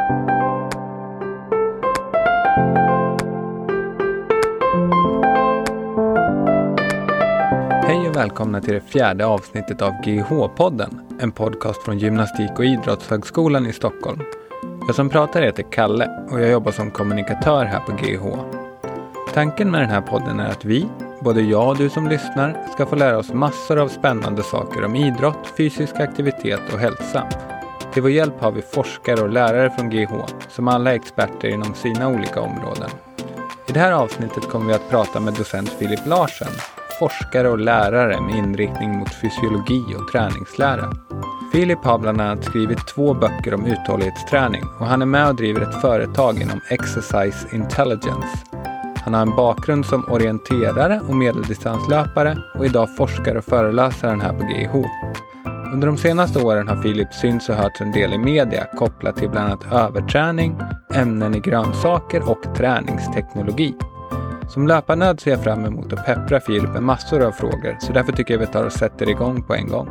Hej och välkomna till det 4:e avsnittet av GH-podden, en podcast från Gymnastik- och idrottshögskolan i Stockholm. Jag som pratar heter Kalle och jag jobbar som kommunikatör här på GH. Tanken med den här podden är att vi, både jag och du som lyssnar, ska få lära oss massor av spännande saker om idrott, fysisk aktivitet och hälsa. Till vår hjälp har vi forskare och lärare från GH som alla är experter inom sina olika områden. I det här avsnittet kommer vi att prata med docent Filip Larsen, forskare och lärare med inriktning mot fysiologi och träningslära. Filip har bland annat skrivit 2 böcker om uthållighetsträning och han är med och driver ett företag inom Exercise Intelligence. Han har en bakgrund som orienterare och medeldistanslöpare och idag forskar och föreläsaren här på GH. Under de senaste åren har Filip syns och hörts en del i media kopplat till bland annat överträning, ämnen i grönsaker och träningsteknologi. Som löparnörd ser jag fram emot att peppra Filip med massor av frågor, så därför tycker jag vi tar och sätter igång på en gång.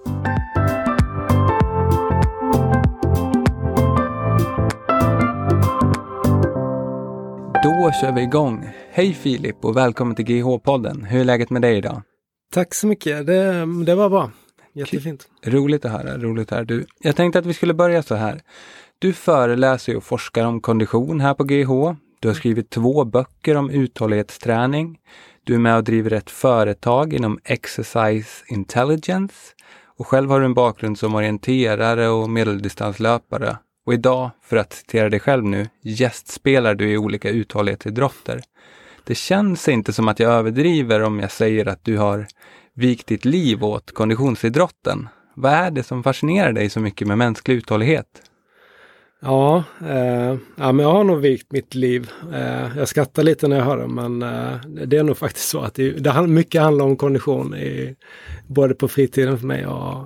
Då kör vi igång. Hej Filip och välkommen till GH-podden. Hur är läget med dig idag? Tack så mycket, det var bra. Jättefint. Roligt att höra, Du, jag tänkte att vi skulle börja så här. Du föreläser och forskar om kondition här på GH. Du har skrivit 2 böcker om uthållighetsträning. Du är med och driver ett företag inom Exercise Intelligence. Och själv har du en bakgrund som orienterare och medeldistanslöpare. Och idag, för att citera dig själv nu, gästspelar du i olika uthållighetsidrotter. Det känns inte som att jag överdriver om jag säger att du har vikt ditt liv åt konditionsidrotten. Vad är det som fascinerar dig så mycket med mänsklig uthållighet? Ja, men jag har nog vikt mitt liv. Jag skrattar lite när jag hör det, men det är nog faktiskt så att mycket handlar om kondition både på fritiden för mig och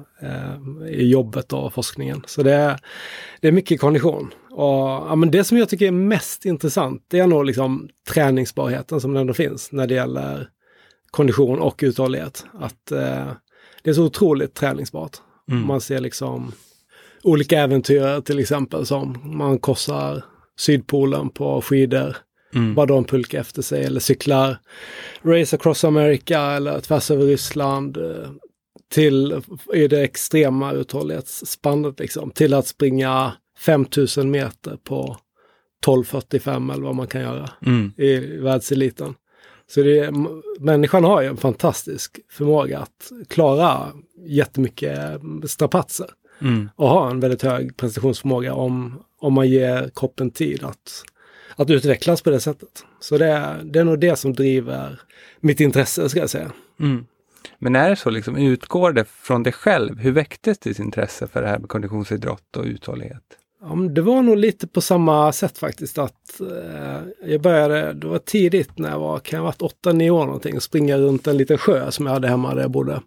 i jobbet och forskningen. Så det är mycket kondition. Och men det som jag tycker är mest intressant, det är nog liksom träningsbarheten som ändå finns när det gäller kondition och uthållighet. Att det är så otroligt träningsbart. Man ser liksom olika äventyr till exempel, som man korsar Sydpolen på skidor, bara de pulkar efter sig, eller cyklar Race Across America eller tvärs över Ryssland till i det extrema uthållighetsspannet liksom, till att springa 5000 meter på 12:45 eller vad man kan göra i världseliten. Så människan har ju en fantastisk förmåga att klara jättemycket strapatser. Och ha en väldigt hög prestationsförmåga om man ger kroppen tid att utvecklas på det sättet. Så det är nog det som driver mitt intresse, ska jag säga. Men är det så, liksom, utgår det från dig själv? Hur väcktes ditt intresse för det här med konditionsidrott och uthållighet? Ja, det var nog lite på samma sätt faktiskt, att jag började, det var tidigt när jag var 8-9 år någonting, och springa runt en liten sjö som jag hade hemma där jag bodde.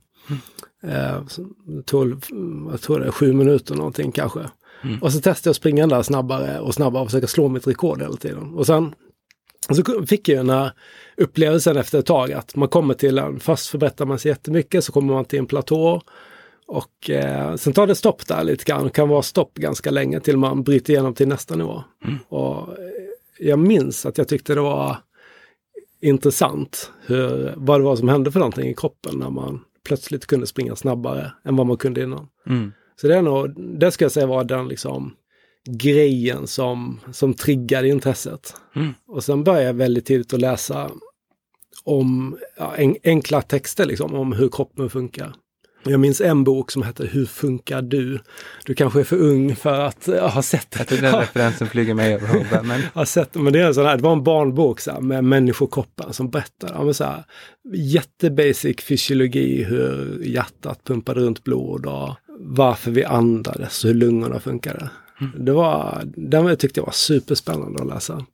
Jag tror det är 7 minuter någonting kanske. Och så testade jag att springa där snabbare och försöka slå mitt rekord hela tiden. Och så fick jag den här upplevelsen efter ett tag att man kommer till först förbättrar man sig jättemycket, så kommer man till en platå och sen tar det stopp där lite grann. Det kan vara stopp ganska länge till man bryter igenom till nästa nivå. Och jag minns att jag tyckte det var intressant vad det var som hände för någonting i kroppen när man plötsligt kunde springa snabbare än vad man kunde innan. Så det ska jag säga var den liksom grejen som triggade intresset. Och sen började jag väldigt tidigt att läsa om enkla texter liksom, om hur kroppen funkar. Jag minns en bok som heter Hur funkar du? Du kanske är för ung för att ha sett det. Jag tror den referensen flyger mig över huvudet. Men... Jag har sett det, men det är en sån här, det var en barnbok så här, med människokroppen som berättar om så här jättebasic fysiologi, hur hjärtat pumpade runt blod och varför vi andades och hur lungorna funkade. Den tyckte jag var superspännande att läsa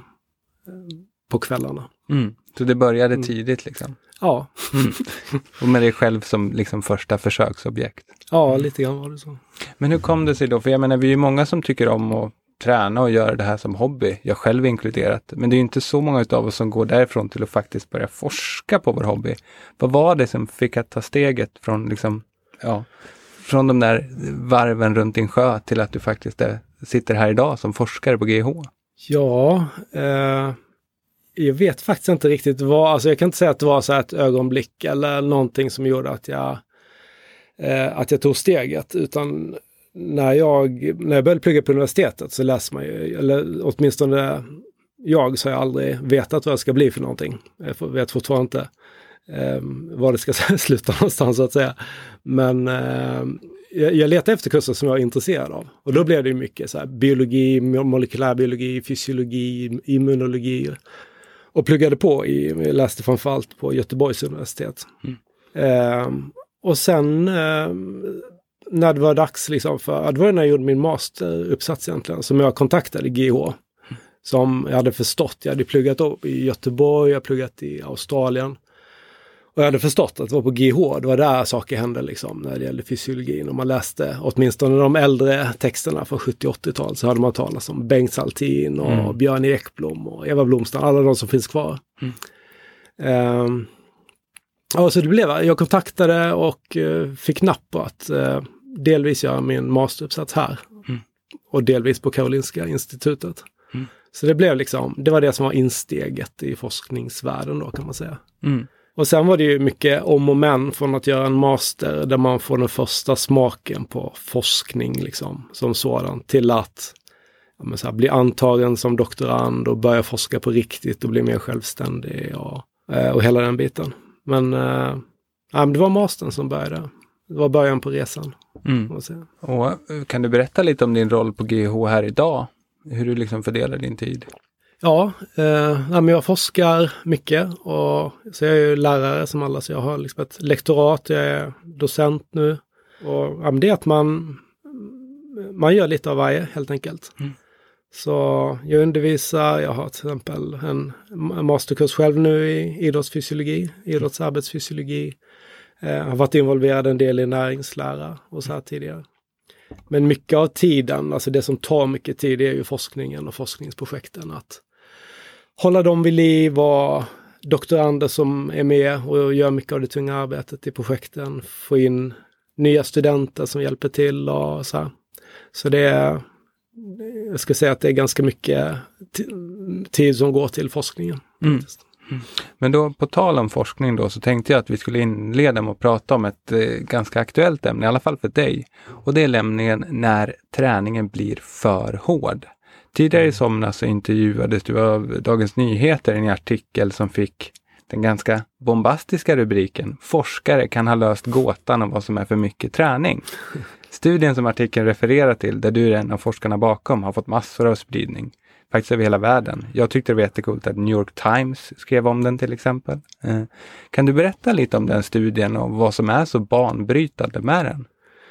på kvällarna. Så det började tidigt liksom? Ja. Och med dig själv som liksom första försöksobjekt? Ja, lite grann var det så. Men hur kom det sig då? För jag menar, vi är ju många som tycker om att träna och göra det här som hobby. Jag själv inkluderat. Men det är ju inte så många av oss som går därifrån till att faktiskt börja forska på vår hobby. Vad var det som fick att ta steget från liksom, från de där varven runt din sjö till att du faktiskt är sitter här idag som forskare på GH? Ja, jag vet faktiskt inte riktigt vad, alltså jag kan inte säga att det var så här ett ögonblick eller någonting som gjorde att jag tog steget, utan när jag började plugga på universitetet så läser man ju, eller åtminstone så har jag aldrig vetat vad jag ska bli för någonting. Jag vet fortfarande inte var det ska sluta någonstans så att säga. Men jag letar efter kurser som jag är intresserad av. Och då blev det ju mycket så här, biologi, molekylärbiologi, fysiologi, immunologi. Och pluggade på jag läste framförallt på Göteborgs universitet. Och sen när det var dags liksom det var när jag gjorde min masteruppsats egentligen, som jag kontaktade GH. Som jag hade förstått, jag hade pluggat upp i Göteborg, jag hade pluggat i Australien. Och jag hade förstått att det var på GH, det var där saker hände liksom, när det gällde fysiologin. Och man läste åtminstone de äldre texterna från 70-80-tal, så hade man talat om Bengt Saltin och Björn Ekblom och Eva Blomstrand, alla de som finns kvar. Så det blev, jag kontaktade och fick napp på att delvis göra min masteruppsats här. Och delvis på Karolinska institutet. Så det blev liksom, det var det som var insteget i forskningsvärlden då, kan man säga. Och sen var det ju mycket om och men från att göra en master där man får den första smaken på forskning liksom, som sådan, till att bli antagen som doktorand och börja forska på riktigt och bli mer självständig och hela den biten. Men det var mastern som började. Det var början på resan. Och kan du berätta lite om din roll på GH här idag? Hur du liksom fördelar din tid? Ja, men jag forskar mycket, och så jag är ju lärare som alla, så jag har liksom ett lektorat, jag är docent nu. Och det är att man gör lite av varje helt enkelt. Så jag undervisar, jag har till exempel en masterkurs själv nu i idrottsfysiologi, idrottsarbetsfysiologi. Jag har varit involverad en del i näringslära och så här tidigare. Men mycket av tiden, alltså det som tar mycket tid, är ju forskningen och forskningsprojekten. Att hålla dem vid liv, och doktorander som är med och gör mycket av det tunga arbetet i projekten. Få in nya studenter som hjälper till och så här. Så det är, jag ska säga att det är ganska mycket tid som går till forskningen. Men då på tal om forskning då, så tänkte jag att vi skulle inleda med att prata om ett ganska aktuellt ämne, i alla fall för dig. Och det är nämligen när träningen blir för hård. Tidigare i somras så intervjuades du av Dagens Nyheter i en artikel som fick den ganska bombastiska rubriken "Forskare kan ha löst gåtan om vad som är för mycket träning". Studien som artikeln refererar till, där du är en av forskarna bakom, har fått massor av spridning. Faktiskt över hela världen. Jag tyckte det var jättekult att New York Times skrev om den till exempel. Kan du berätta lite om den studien och vad som är så banbrytande med den?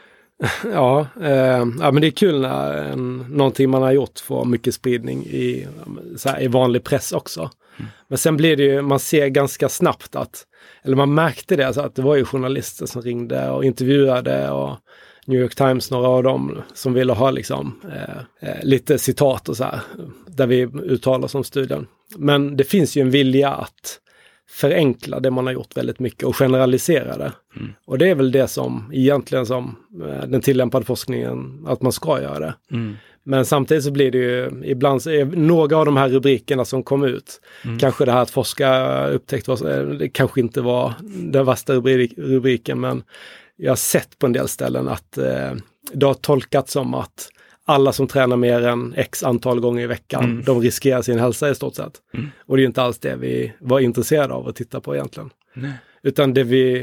Ja, men det är kul när någonting man har gjort får mycket spridning i vanlig press också. Men sen blir det ju, man ser ganska snabbt eller man märkte det, alltså att det var ju journalister som ringde och intervjuade, och New York Times, några av dem som ville ha liksom, lite citat och så här, där vi uttalar oss om studien. Men det finns ju en vilja att förenkla det man har gjort väldigt mycket och generalisera det. Och det är väl det som egentligen som den tillämpade forskningen, att man ska göra det. Men samtidigt så blir det ju ibland några av de här rubrikerna som kom ut. Kanske det här att forska upptäckt det kanske inte var den värsta rubriken, men jag har sett på en del ställen att det har tolkats som att alla som tränar mer än x antal gånger i veckan, de riskerar sin hälsa i stort sett. Och det är ju inte alls det vi var intresserade av att titta på egentligen. Utan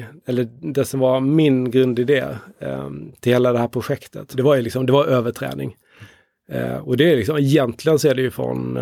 det som var min grundidé till hela det här projektet, det var ju liksom, det var överträning. Och det är liksom, egentligen så är det ju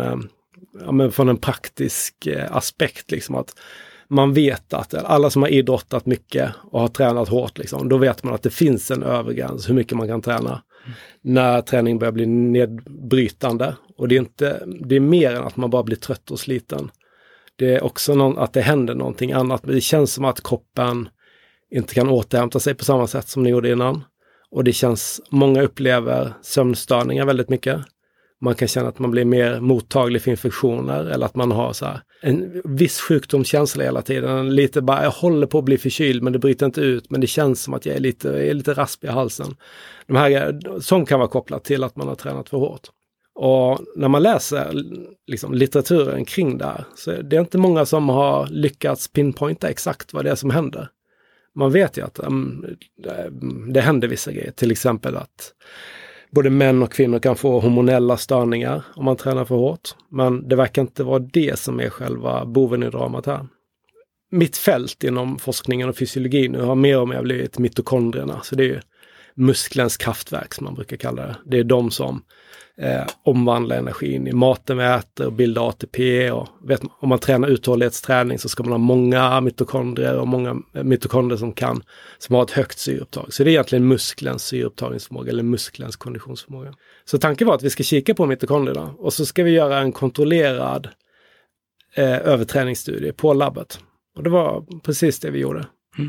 från en praktisk aspekt liksom, att man vet att alla som har idrottat mycket och har tränat hårt, liksom, då vet man att det finns en övergräns hur mycket man kan träna. När träning börjar bli nedbrytande. Och det är mer än att man bara blir trött och sliten. Det är också att det händer någonting annat. Det känns som att kroppen inte kan återhämta sig på samma sätt som den gjorde innan. Och det känns, många upplever sömnstörningar väldigt mycket. Man kan känna att man blir mer mottaglig för infektioner eller att man har så här en viss sjukdomskänsla hela tiden. Lite bara, jag håller på att bli förkyld men det bryter inte ut, men det känns som att jag är lite raspig i halsen. De här som kan vara kopplat till att man har tränat för hårt. Och när man läser liksom, litteraturen kring det här, så det är inte många som har lyckats pinpointa exakt vad det är som händer. Man vet ju att det händer vissa grejer. Till exempel att både män och kvinnor kan få hormonella störningar om man tränar för hårt. Men det verkar inte vara det som är själva boven i dramat här. Mitt fält inom forskningen och fysiologi nu har mer och mer blivit mitokondrierna. Så det är ju muskelns kraftverk som man brukar kalla det. Det är de som omvandlar energin i maten vi äter och bildar ATP. Och om man tränar uthållighetsträning så ska man ha många mitokondrier och många mitokondrier som har ett högt syreupptag. Så det är egentligen muskelns syreupptagningsförmåga eller muskelns konditionsförmåga. Så tanken var att vi ska kika på mitokondrierna och så ska vi göra en kontrollerad överträningsstudie på labbet. Och det var precis det vi gjorde.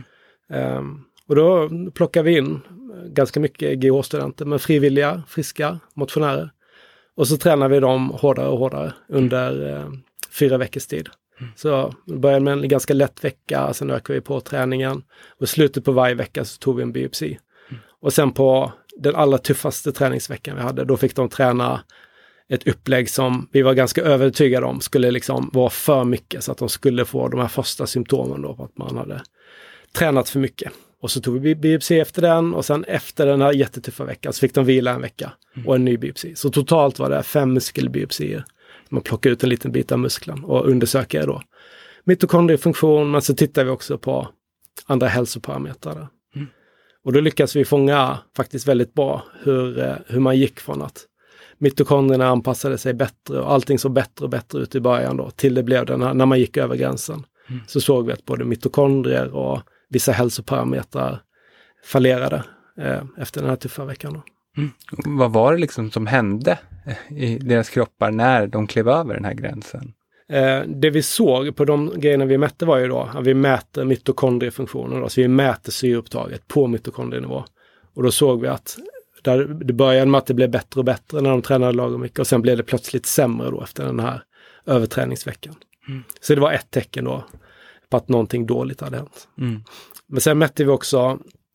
Och då plockar vi in ganska mycket GH-studenter med frivilliga, friska motionärer. Och så tränar vi dem hårdare och hårdare under 4 veckors tid. Så vi började med en ganska lätt vecka, sen ökade vi på träningen. Och i slutet på varje vecka så tog vi en biopsi. Och sen på den allra tuffaste träningsveckan vi hade, då fick de träna ett upplägg som vi var ganska övertygade om skulle liksom vara för mycket. Så att de skulle få de här första symptomen då på att man hade tränat för mycket. Och så tog vi biopsi efter den och sen efter den här jättetuffa veckan så fick de vila en vecka och en ny biopsi. Så totalt var det 5 muskelbiopsier. Man plockar ut en liten bit av muskeln och undersöker då mitokondriefunktion, men så tittar vi också på andra hälsoparametrar. Och då lyckas vi fånga faktiskt väldigt bra hur man gick från att mitokondrierna anpassade sig bättre och allting såg bättre och bättre ut i början då, till det blev den här, när man gick över gränsen. Så såg vi att både mitokondrier och vissa hälsoparametrar fallerade efter den här tuffa veckan då. Vad var det liksom som hände i deras kroppar när de klev över den här gränsen? Det vi såg på de grejerna vi mätte var ju då att vi mäter mitokondriefunktionen. Så vi mäter syreupptaget på mitokondrienivå. Och då såg vi att det började med att det blev bättre och bättre när de tränade lagom mycket. Och sen blev det plötsligt sämre då efter den här överträningsveckan. Så det var ett tecken då på att någonting dåligt hade hänt. Men sen mätte vi också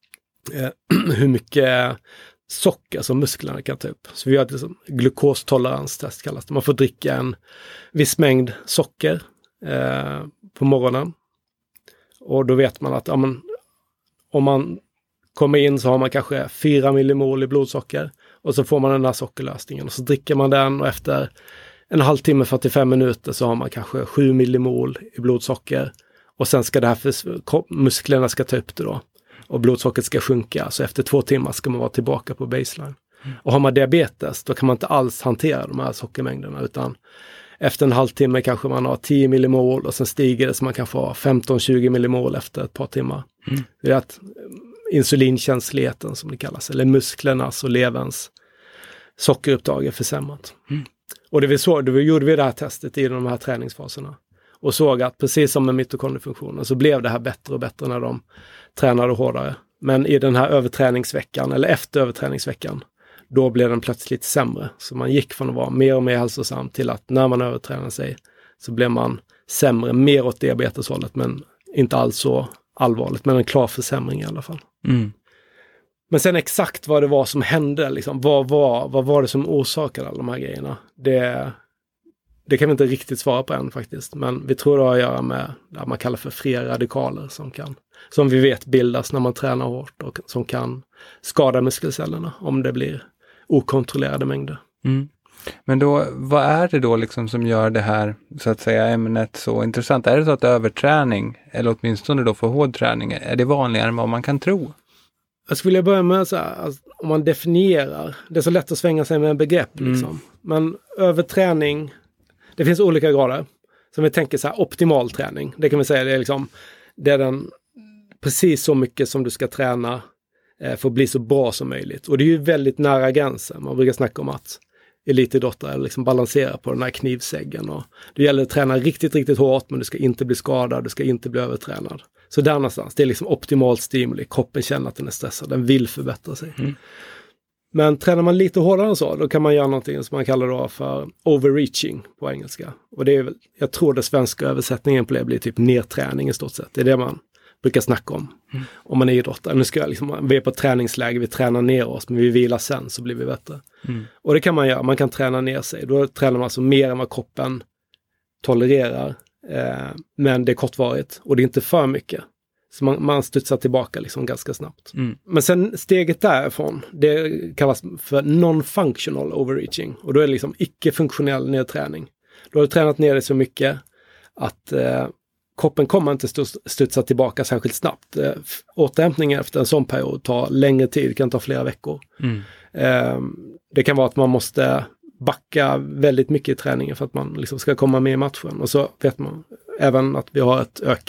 hur mycket socker som musklerna kan ta upp. Så vi hade liksom glukostoleranstest kallas det. Man får dricka en viss mängd socker på morgonen. Och då vet man att om man kommer in så har man kanske 4 millimol i blodsocker. Och så får man den här sockerlösningen. Och så dricker man den och efter en halvtimme, 45 minuter så har man kanske 7 millimol i blodsocker. Och sen ska det här musklerna ska ta upp det då. Och blodsockret ska sjunka. Så efter 2 timmar ska man vara tillbaka på baseline. Och har man diabetes då kan man inte alls hantera de här sockermängderna. Utan efter en halvtimme kanske man har 10 millimol. Och sen stiger det så man kan få 15-20 millimol efter ett par timmar. Det är att insulinkänsligheten som det kallas. Eller musklernas och leverns sockerupptag är försämrat. Och det vi såg, då gjorde vi det här testet i de här träningsfaserna. Och såg att precis som med mitokondriefunktionen så blev det här bättre och bättre när de tränade hårdare. Men i den här överträningsveckan eller efter överträningsveckan då blev den plötsligt sämre. Så man gick från att vara mer och mer hälsosam till att när man övertränar sig så blev man sämre, mer åt diabeteshållet men inte alls så allvarligt, men en klar försämring i alla fall. Men sen exakt vad det var som hände, liksom, vad var det som orsakade alla de här grejerna? Det kan vi inte riktigt svara på än faktiskt. Men vi tror det har att göra med det man kallar för fria radikaler som vi vet bildas när man tränar hårt och som kan skada muskelcellerna om det blir okontrollerade mängder. Men då, vad är det då liksom som gör det här så att säga ämnet så intressant? Är det så att överträning eller åtminstone då för hård träning är det vanligare än vad man kan tro? Jag skulle vilja börja med så här, alltså, om man definierar, det är så lätt att svänga sig med en begrepp liksom. Men överträning, det finns olika grader. Som vi tänker så här, optimal träning. Det kan vi säga, det är den precis så mycket som du ska träna för att bli så bra som möjligt. Och det är ju väldigt nära gränsen. Man brukar snacka om att elitidrottare liksom balanserar på den här knivsäggen. Och det gäller att träna riktigt, riktigt hårt, men du ska inte bli skadad, du ska inte bli övertränad. Så där någonstans, det är liksom optimalt stimuli. Kroppen känner att den är stressad, den vill förbättra sig. Men tränar man lite hårdare än så, då kan man göra någonting som man kallar då för overreaching på engelska. Och det är väl, jag tror det svenska översättningen på det blir typ nedträning i stort sett. Det är det man brukar snacka om man är idrottare. Nu ska jag liksom, vi är på träningsläge, vi tränar ner oss, men vi vilar sen så blir vi bättre. Och det kan man göra, man kan träna ner sig. Då tränar man alltså mer än vad kroppen tolererar. Men det är kortvarigt och det är inte för mycket. Så man studsar tillbaka liksom ganska snabbt. Men sen steget därifrån, det kallas för non-functional overreaching. Och då är det liksom icke-funktionell nedträning. Då har du tränat ner dig så mycket att kroppen kommer inte studsa tillbaka särskilt snabbt. Återhämtningen efter en sån period tar längre tid, kan ta flera veckor. Det kan vara att man måste backa väldigt mycket i träningen för att man liksom ska komma med i matchen. Och så vet man även att vi har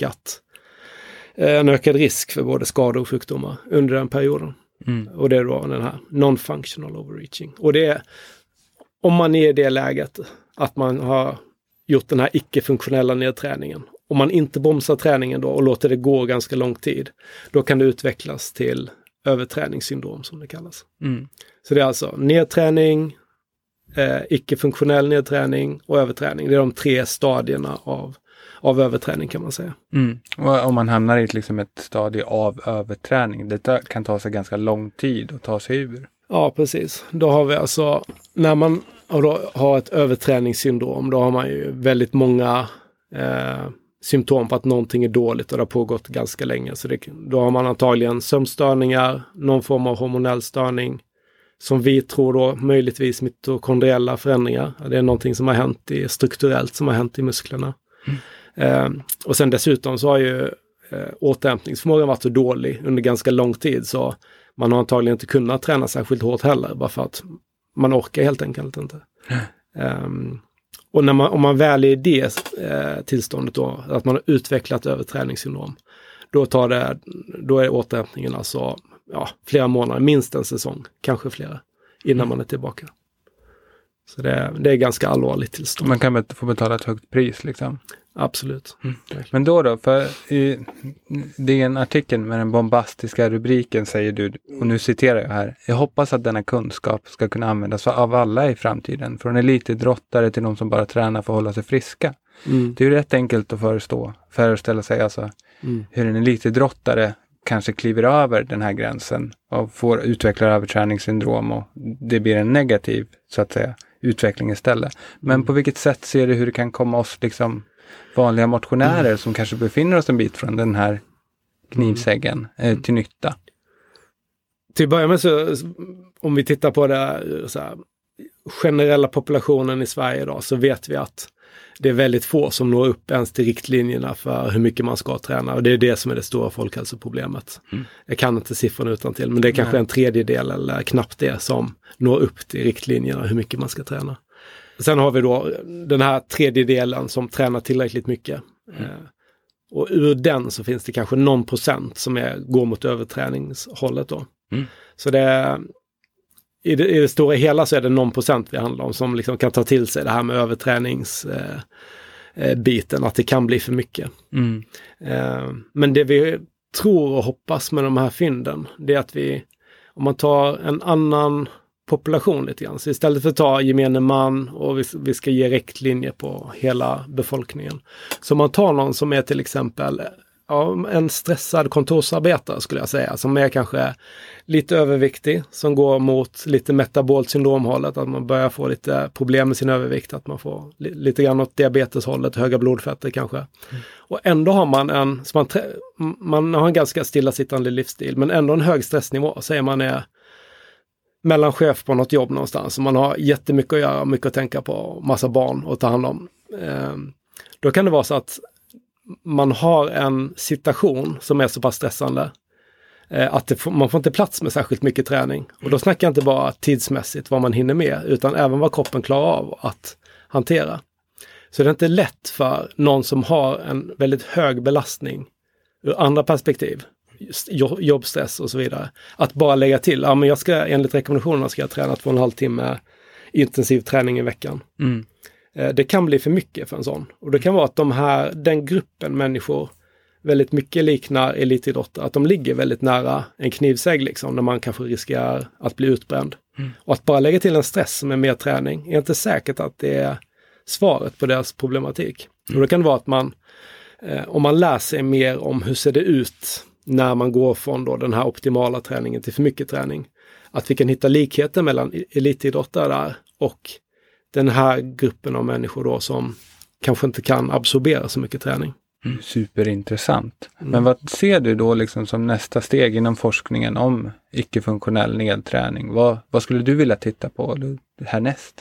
en ökad risk för både skador och sjukdomar under den perioden. Och det är då den här non-functional overreaching. Och det är om man är i det läget att man har gjort den här icke-funktionella nedträningen. Om man inte bromsar träningen då och låter det gå ganska lång tid, då kan det utvecklas till överträningssyndrom som det kallas. Så det är alltså nedträning, icke-funktionell nedträning och överträning. Det är de 3 stadierna av överträning kan man säga. Och om man hamnar i liksom ett stadie av överträning, det kan ta sig ganska lång tid att ta sig ur. Ja, precis. Då har vi alltså, när man har ett överträningssyndrom, då har man ju väldigt många symptom på att någonting är dåligt och det har pågått ganska länge. Så då har man antagligen sömnstörningar, någon form av hormonell störning, som vi tror då möjligtvis mitokondriella förändringar. Det är någonting som har hänt strukturellt som har hänt i musklerna. Och sen dessutom så har ju återhämtningsförmågan varit så dålig under ganska lång tid så man har antagligen inte kunnat träna särskilt hårt heller bara för att man orkar helt enkelt inte. Och om man väl är i det tillståndet då, att man har utvecklat överträningssyndrom, då är återhämtningen alltså flera månader, minst en säsong, kanske flera, innan man är tillbaka. Så det är ganska allvarligt tillstånd. Man kan få betala ett högt pris liksom. Absolut. Men då, för i den artikeln med den bombastiska rubriken säger du, och nu citerar jag här: jag hoppas att denna kunskap ska kunna användas av alla i framtiden, från elitidrottare till de som bara tränar för att hålla sig friska. Det är ju rätt enkelt att föreställa sig alltså, hur en elitidrottare kanske kliver över den här gränsen och får utveckla överträningssyndrom och det blir en negativ, så att säga, utveckling istället. Men på vilket sätt ser du hur det kan komma oss liksom vanliga motionärer som kanske befinner oss en bit från den här knivsäggen till nytta? Till att börja med så, om vi tittar på det så här, generella populationen i Sverige idag, så vet vi att det är väldigt få som når upp ens till riktlinjerna för hur mycket man ska träna. Och det är det som är det stora folkhälsoproblemet. Jag kan inte siffrorna utan till, men det är kanske en tredjedel eller knappt det som når upp till riktlinjerna hur mycket man ska träna. Sen har vi då den här tredjedelen som tränar tillräckligt mycket. Och ur den så finns det kanske någon procent som går mot överträningshållet då. Så i det stora hela så är det någon procent vi handlar om som liksom kan ta till sig det här med överträningsbiten, att det kan bli för mycket. Men det vi tror och hoppas med de här fynden, det är att om man tar en annan population lite grann, så istället för att ta gemene man och vi ska ge riktlinjer på hela befolkningen, så man tar någon som är till exempel en stressad kontorsarbetare skulle jag säga, som är kanske lite överviktig, som går mot lite metabolt syndromhållet, att man börjar få lite problem med sin övervikt, att man får lite grann åt diabeteshållet, höga blodfetter kanske. Och ändå har man har en ganska stillasittande livsstil, men ändå en hög stressnivå, säger man är mellanchef på något jobb någonstans, så man har jättemycket att göra, mycket att tänka på, massa barn att ta hand om. Då kan det vara så att man har en situation som är så pass stressande att man får inte plats med särskilt mycket träning. Och då snackar jag inte bara tidsmässigt vad man hinner med, utan även vad kroppen klarar av att hantera. Så det är inte lätt för någon som har en väldigt hög belastning ur andra perspektiv, jobbstress och så vidare, att bara lägga till, men jag ska enligt rekommendationerna ska jag träna 2,5 timmar intensiv träning i veckan. Det kan bli för mycket för en sån. Och det kan vara att den gruppen människor väldigt mycket liknar elitidrottare. Att de ligger väldigt nära en knivsägg liksom, när man kanske riskerar att bli utbränd. Och att bara lägga till en stress med mer träning är inte säkert att det är svaret på deras problematik. Och då kan det vara att man, om man lär sig mer om hur ser det ut när man går från då den här optimala träningen till för mycket träning. Att vi kan hitta likheter mellan elitidrottare där och den här gruppen av människor då som kanske inte kan absorbera så mycket träning. Superintressant. Men vad ser du då liksom som nästa steg inom forskningen om icke-funktionell nedträning? Vad skulle du vilja titta på härnäst?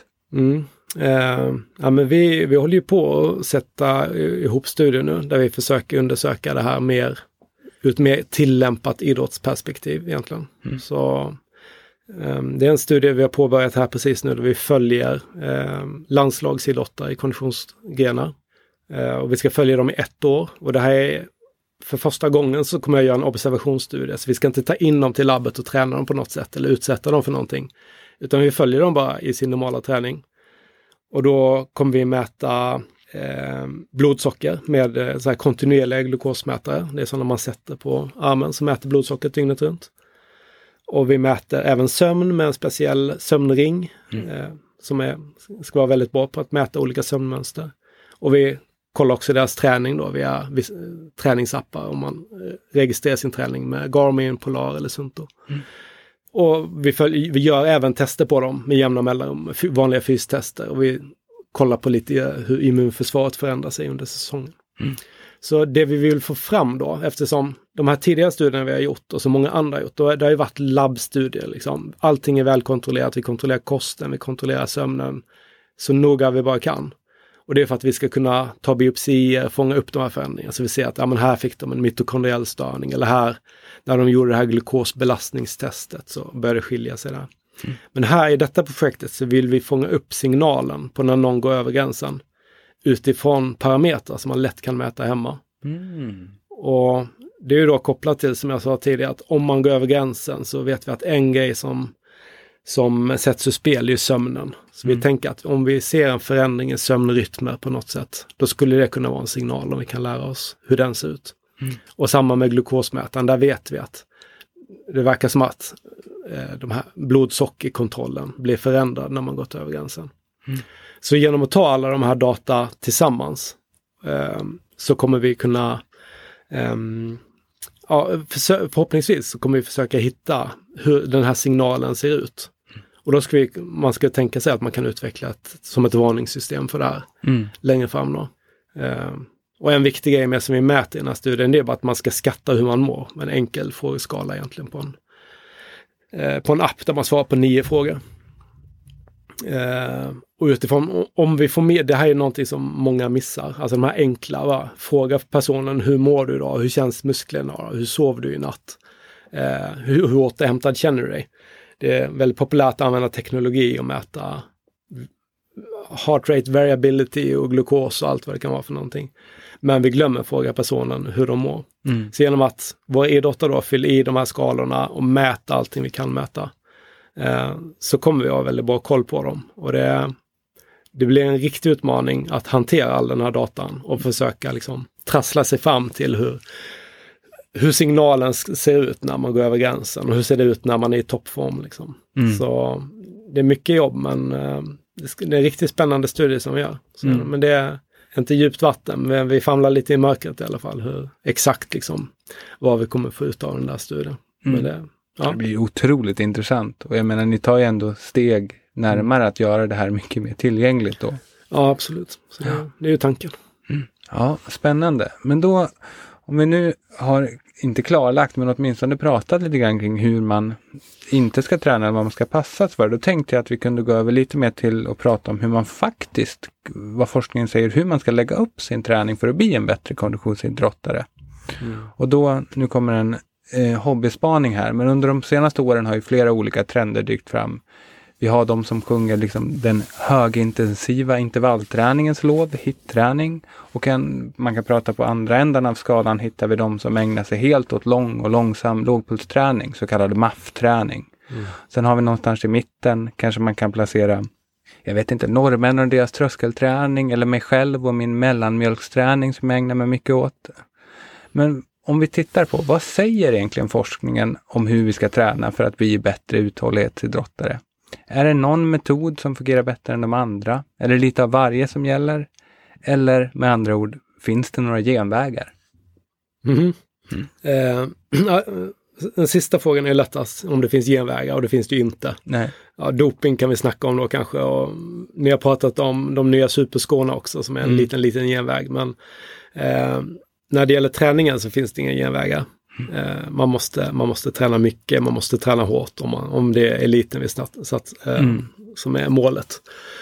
Men vi håller ju på att sätta ihop studier nu där vi försöker undersöka det här mer ur ett mer tillämpat idrottsperspektiv egentligen. Så det är en studie vi har påbörjat här precis nu där vi följer landslagsidrottare i konditionsgrenar. Och vi ska följa dem i 1 år. Och det här är för första gången så kommer jag göra en observationsstudie. Så vi ska inte ta in dem till labbet och träna dem på något sätt eller utsätta dem för någonting. Utan vi följer dem bara i sin normala träning. Och då kommer vi mäta blodsocker med så här kontinuerliga glukosmätare. Det är sådana man sätter på armen som mäter blodsockret dygnet runt. Och vi mäter även sömn med en speciell sömnring som ska vara väldigt bra på att mäta olika sömnmönster. Och vi kollar också deras träning då via träningsappar om man registrerar sin träning med Garmin, Polar eller Sunto. Och vi gör även tester på dem med jämna mellanrum, vanliga fystester. Och vi kollar på lite hur immunförsvaret förändrar sig under säsongen. Så det vi vill få fram då, eftersom de här tidigare studierna vi har gjort och så många andra har gjort, då det har ju varit labbstudier. Liksom. Allting är välkontrollerat, vi kontrollerar kosten, vi kontrollerar sömnen så noga vi bara kan. Och det är för att vi ska kunna ta biopsier, fånga upp de här förändringarna. Så vi ser att men här fick de en mitokondriell störning. Eller här, när de gjorde det här glukosbelastningstestet så började det skilja sig där. Men här i detta projektet så vill vi fånga upp signalen på när någon går över gränsen. Utifrån parametrar som man lätt kan mäta hemma. Och det är ju då kopplat till, som jag sa tidigare, att om man går över gränsen så vet vi att en grej som sätts ur spel är ju sömnen. Så vi tänker att om vi ser en förändring i sömnrytmer på något sätt, då skulle det kunna vara en signal om vi kan lära oss hur den ser ut. Och samma med glukosmätaren, där vet vi att det verkar som att de här blodsockerkontrollen blir förändrad när man gått över gränsen. Så genom att ta alla de här data tillsammans så kommer vi kunna förhoppningsvis så kommer vi försöka hitta hur den här signalen ser ut. Och då ska man ska tänka sig att man kan utveckla som ett varningssystem för det här längre fram då. Och en viktig grej med som vi mäter i den här studien, det är bara att man ska skatta hur man mår. En enkel frågeskala egentligen på en app där man svarar på 9 frågor. Och utifrån, om vi får med, det här är någonting som många missar. Alltså de här enkla, fråga personen, hur mår du idag? Hur känns musklerna? Hur sov du i natt? Hur återhämtad känner du dig? Det är väldigt populärt att använda teknologi och mäta heart rate variability och glukos och allt vad det kan vara för någonting. Men vi glömmer fråga personen hur de mår. Så genom att våra idrottare då fyller i de här skalorna och mäta allting vi kan mäta, så kommer vi ha väldigt bra koll på dem. Och det blir en riktig utmaning att hantera all den här datan och försöka liksom trassla sig fram till hur signalen ser ut när man går över gränsen och hur ser det ut när man är i toppform. Liksom. Så det är mycket jobb, men det är en riktigt spännande studie som vi gör. Så, men det är inte djupt vatten, men vi famlar lite i mörkret i alla fall. Hur exakt liksom, vad vi kommer få ut av den där studien. Men det blir otroligt intressant. Och jag menar, ni tar ju ändå steg närmare att göra det här mycket mer tillgängligt då. Ja, absolut. Så det är ju tanken. Ja, spännande. Men då, om vi nu har inte klarlagt, men åtminstone pratat lite grann kring hur man inte ska träna eller vad man ska passas för, då tänkte jag att vi kunde gå över lite mer till att prata om hur man faktiskt, vad forskningen säger, hur man ska lägga upp sin träning för att bli en bättre konditionsidrottare. Och då, nu kommer en hobbyspaning här, men under de senaste åren har ju flera olika trender dykt fram. Vi har de som sjunger liksom den högintensiva intervallträningens lov, HIIT-träning. Och man kan prata på andra ändan av skalan, hittar vi de som ägnar sig helt åt lång och långsam lågpulsträning, så kallad MAF-träning. Sen har vi någonstans i mitten, kanske man kan placera, jag vet inte, norrmän och deras tröskelträning, eller mig själv och min mellanmjölksträning som jag ägnar mig mycket åt. Men om vi tittar på, vad säger egentligen forskningen om hur vi ska träna för att bli bättre uthållighetsidrottare? Är det någon metod som fungerar bättre än de andra? Är det lite av varje som gäller? Eller med andra ord, finns det några genvägar? Den sista frågan är lättast, om det finns genvägar, och det finns det ju inte. Nej. Ja, doping kan vi snacka om då kanske, och ni har pratat om de nya superskorna också som är en liten genväg, men när det gäller träningen så finns det inga genvägar. Man måste träna mycket, man måste träna hårt om det är eliten vi som är målet.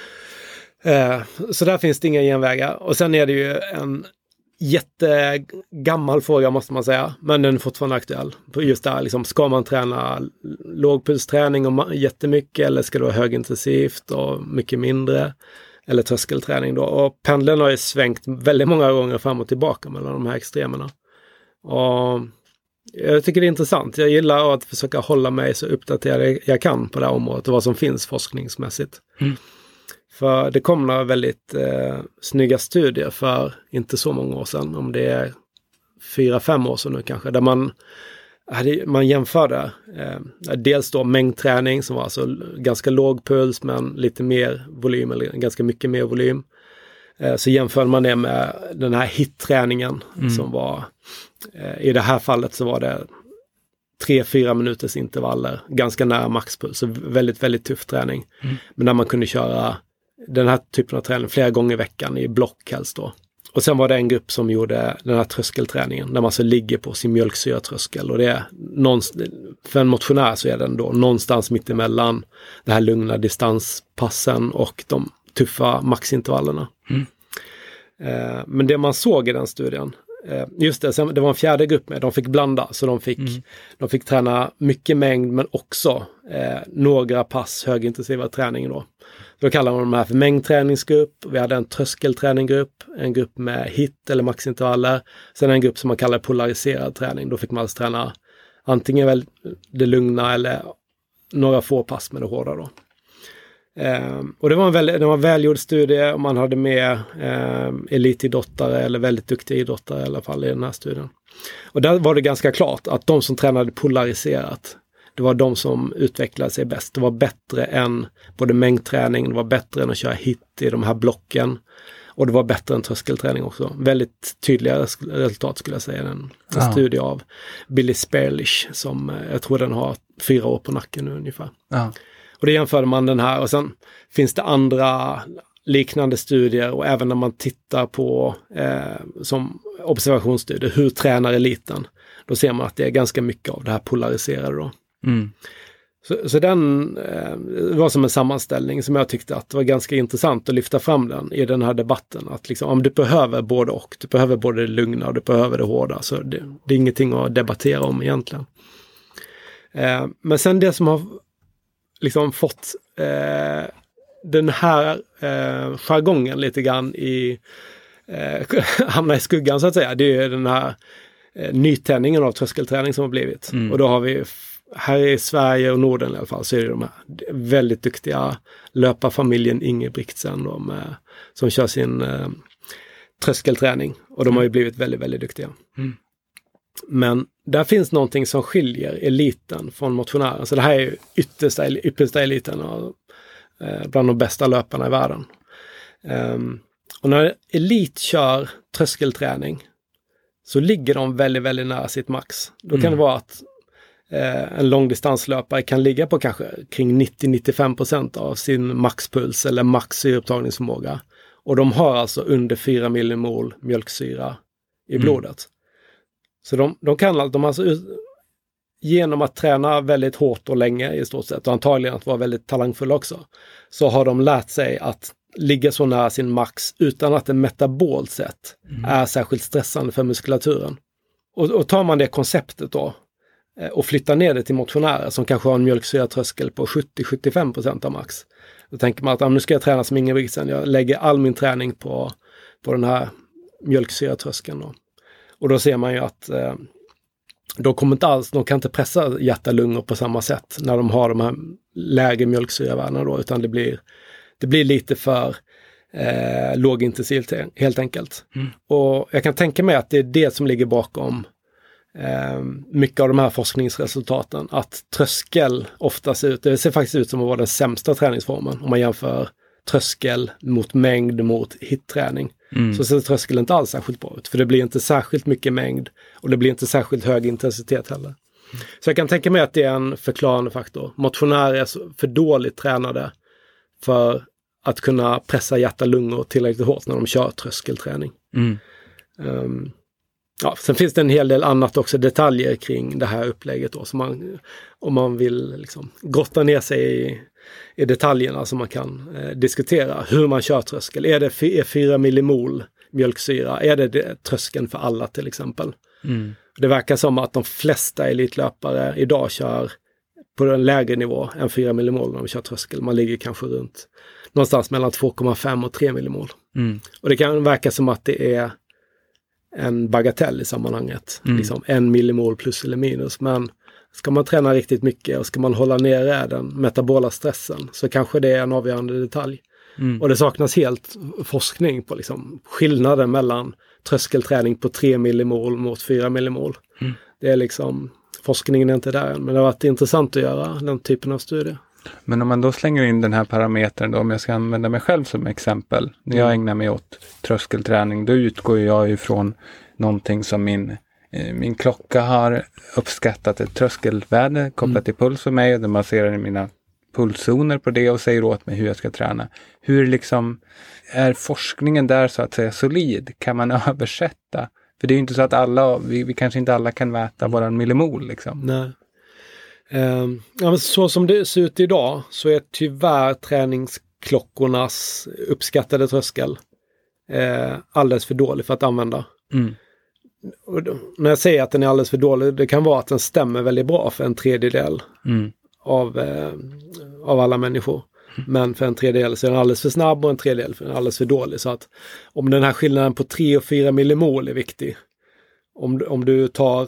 Så där finns det inga genvägar. Och sen är det ju en jättegammal fråga måste man säga, men den är fortfarande aktuell. Just där, liksom, ska man träna lågpulsträning och jättemycket, eller ska det vara högintensivt och mycket mindre, eller tröskelträning då? Och pendeln har ju svängt väldigt många gånger fram och tillbaka mellan de här extremerna. Och jag tycker det är intressant. Jag gillar att försöka hålla mig så uppdaterad jag kan på det här området och vad som finns forskningsmässigt. För det kom några väldigt snygga studier för inte så många år sedan, om det är 4-5 år sedan nu kanske, där man jämförde dels då mängdträning som var alltså ganska låg puls men lite mer volym, eller ganska mycket mer volym. Så jämförde man det med den här HIIT-träningen som var, i det här fallet så var det 3-4 minuters intervaller, ganska nära maxpuls, så väldigt, väldigt tuff träning. Men där man kunde köra den här typen av träning flera gånger i veckan i block helst då. Och sen var det en grupp som gjorde den här tröskelträningen där man så ligger på sin mjölksyratröskel, och det är för en motionär så är den då någonstans mitt emellan det här lugna distanspassen och de tuffa maxintervallerna. Men det man såg i den studien, just det, det var en fjärde grupp med, de fick blanda, så de fick träna mycket mängd men också några pass högintensiva träning då. Då kallar man de här för mängdträningsgrupp. Vi hade en tröskelträninggrupp, en grupp med HIIT eller maxintervaller, sen en grupp som man kallar polariserad träning. Då fick man alltså träna antingen väl det lugna eller några få pass med det hårda då. Och det var en välgjord studie, och man hade med elitidrottare eller väldigt duktiga idrottare i alla fall i den här studien. Och där var det ganska klart att de som tränade polariserat, det var de som utvecklade sig bäst. Det var bättre än både mängdträning, det var bättre än att köra HIIT i de här blocken, och det var bättre än tröskelträning också. Väldigt tydliga resultat skulle jag säga. En studie av Billy Sperlich som jag tror den har 4 år på nacken nu ungefär. Och det jämförde man den här, och sen finns det andra liknande studier, och även när man tittar på som observationsstudier, hur tränar eliten, då ser man att det är ganska mycket av det här polariserade då. Så den var som en sammanställning som jag tyckte att det var ganska intressant att lyfta fram den i den här debatten, att liksom, om du behöver både och, du behöver både det lugna och du behöver det hårda, så det är ingenting att debattera om egentligen. Men sen det som har liksom fått den här jargongen lite grann hamna i skuggan så att säga, det är den här nytändningen av tröskelträning som har blivit. Och då har vi här i Sverige och Norden i alla fall, så är det de här väldigt duktiga löparfamiljen Ingebrigtsen som kör sin tröskelträning, och de har ju blivit väldigt, väldigt duktiga. Men där finns någonting som skiljer eliten från motionären. Så det här är ju yppersta eliten och bland de bästa löparna i världen. Och när elit kör tröskelträning så ligger de väldigt, väldigt nära sitt max. Då kan det vara att en långdistanslöpare kan ligga på kanske kring 90-95% av sin maxpuls eller maxsyreupptagningsförmåga. Och de har alltså under 4 millimol mjölksyra i blodet. Så de alltså genom att träna väldigt hårt och länge i stort sett, och antagligen att vara väldigt talangfulla också, så har de lärt sig att ligga så nära sin max utan att det metabolt sett är särskilt stressande för muskulaturen. Och tar man det konceptet då och flyttar ner det till motionärer som kanske har en mjölksyratröskel på 70-75% av max. Då tänker man att nu ska jag träna som Ingebrigtsen, jag lägger all min träning på den här mjölksyratröskeln då. Och då ser man ju att de kan inte pressa hjärta-lungor på samma sätt när de har de här lägre mjölksyravärdena då, utan det blir lite för lågintensivt helt enkelt. Och jag kan tänka mig att det är det som ligger bakom mycket av de här forskningsresultaten. Att tröskel ofta det ser faktiskt ut som att vara den sämsta träningsformen om man jämför tröskel mot mängd mot hitträning. Så ser tröskel inte alls särskilt bra ut. För det blir inte särskilt mycket mängd och det blir inte särskilt hög intensitet heller. Så jag kan tänka mig att det är en förklarande faktor. Motionärer är för dåligt tränade för att kunna pressa hjärta-lungor tillräckligt hårt när de kör tröskelträning. Sen finns det en hel del annat också, detaljer kring det här upplägget då, som om man vill liksom grotta ner sig i detaljerna som man kan diskutera. Hur man kör tröskel. Är det 4 millimol mjölksyra? Är det tröskeln för alla till exempel? Det verkar som att de flesta elitlöpare idag kör på en lägre nivå än 4 millimol när de kör tröskel. Man ligger kanske runt någonstans mellan 2,5 och 3 millimol. Och det kan verka som att det är en bagatell i sammanhanget. Liksom 1 millimol plus eller minus. Men ska man träna riktigt mycket och ska man hålla nere den metabola stressen så kanske det är en avgörande detalj. Och det saknas helt forskning på liksom skillnaden mellan tröskelträning på 3 millimol mot 4 millimol. Det är liksom, forskningen är inte där än, men det har varit intressant att göra den typen av studier. Men om man då slänger in den här parametern då, om jag ska använda mig själv som exempel. När jag ägnar mig åt tröskelträning, då utgår jag ifrån någonting som min klocka har uppskattat ett tröskelvärde kopplat till puls för mig och den baserar mina pulszoner på det och säger åt mig hur jag ska träna. Hur liksom är forskningen där så att säga solid? Kan man översätta? För det är ju inte så att vi kanske inte alla kan mäta våran millimol liksom. Nej. Så som det ser ut idag så är tyvärr träningsklockornas uppskattade tröskel alldeles för dålig för att använda. Och när jag säger att den är alldeles för dålig, det kan vara att den stämmer väldigt bra för en tredjedel av alla människor. Men för en tredjedel så är den alldeles för snabb och en tredjedel är alldeles för dålig. Så att om den här skillnaden på 3 och 4 millimol är viktig, om du tar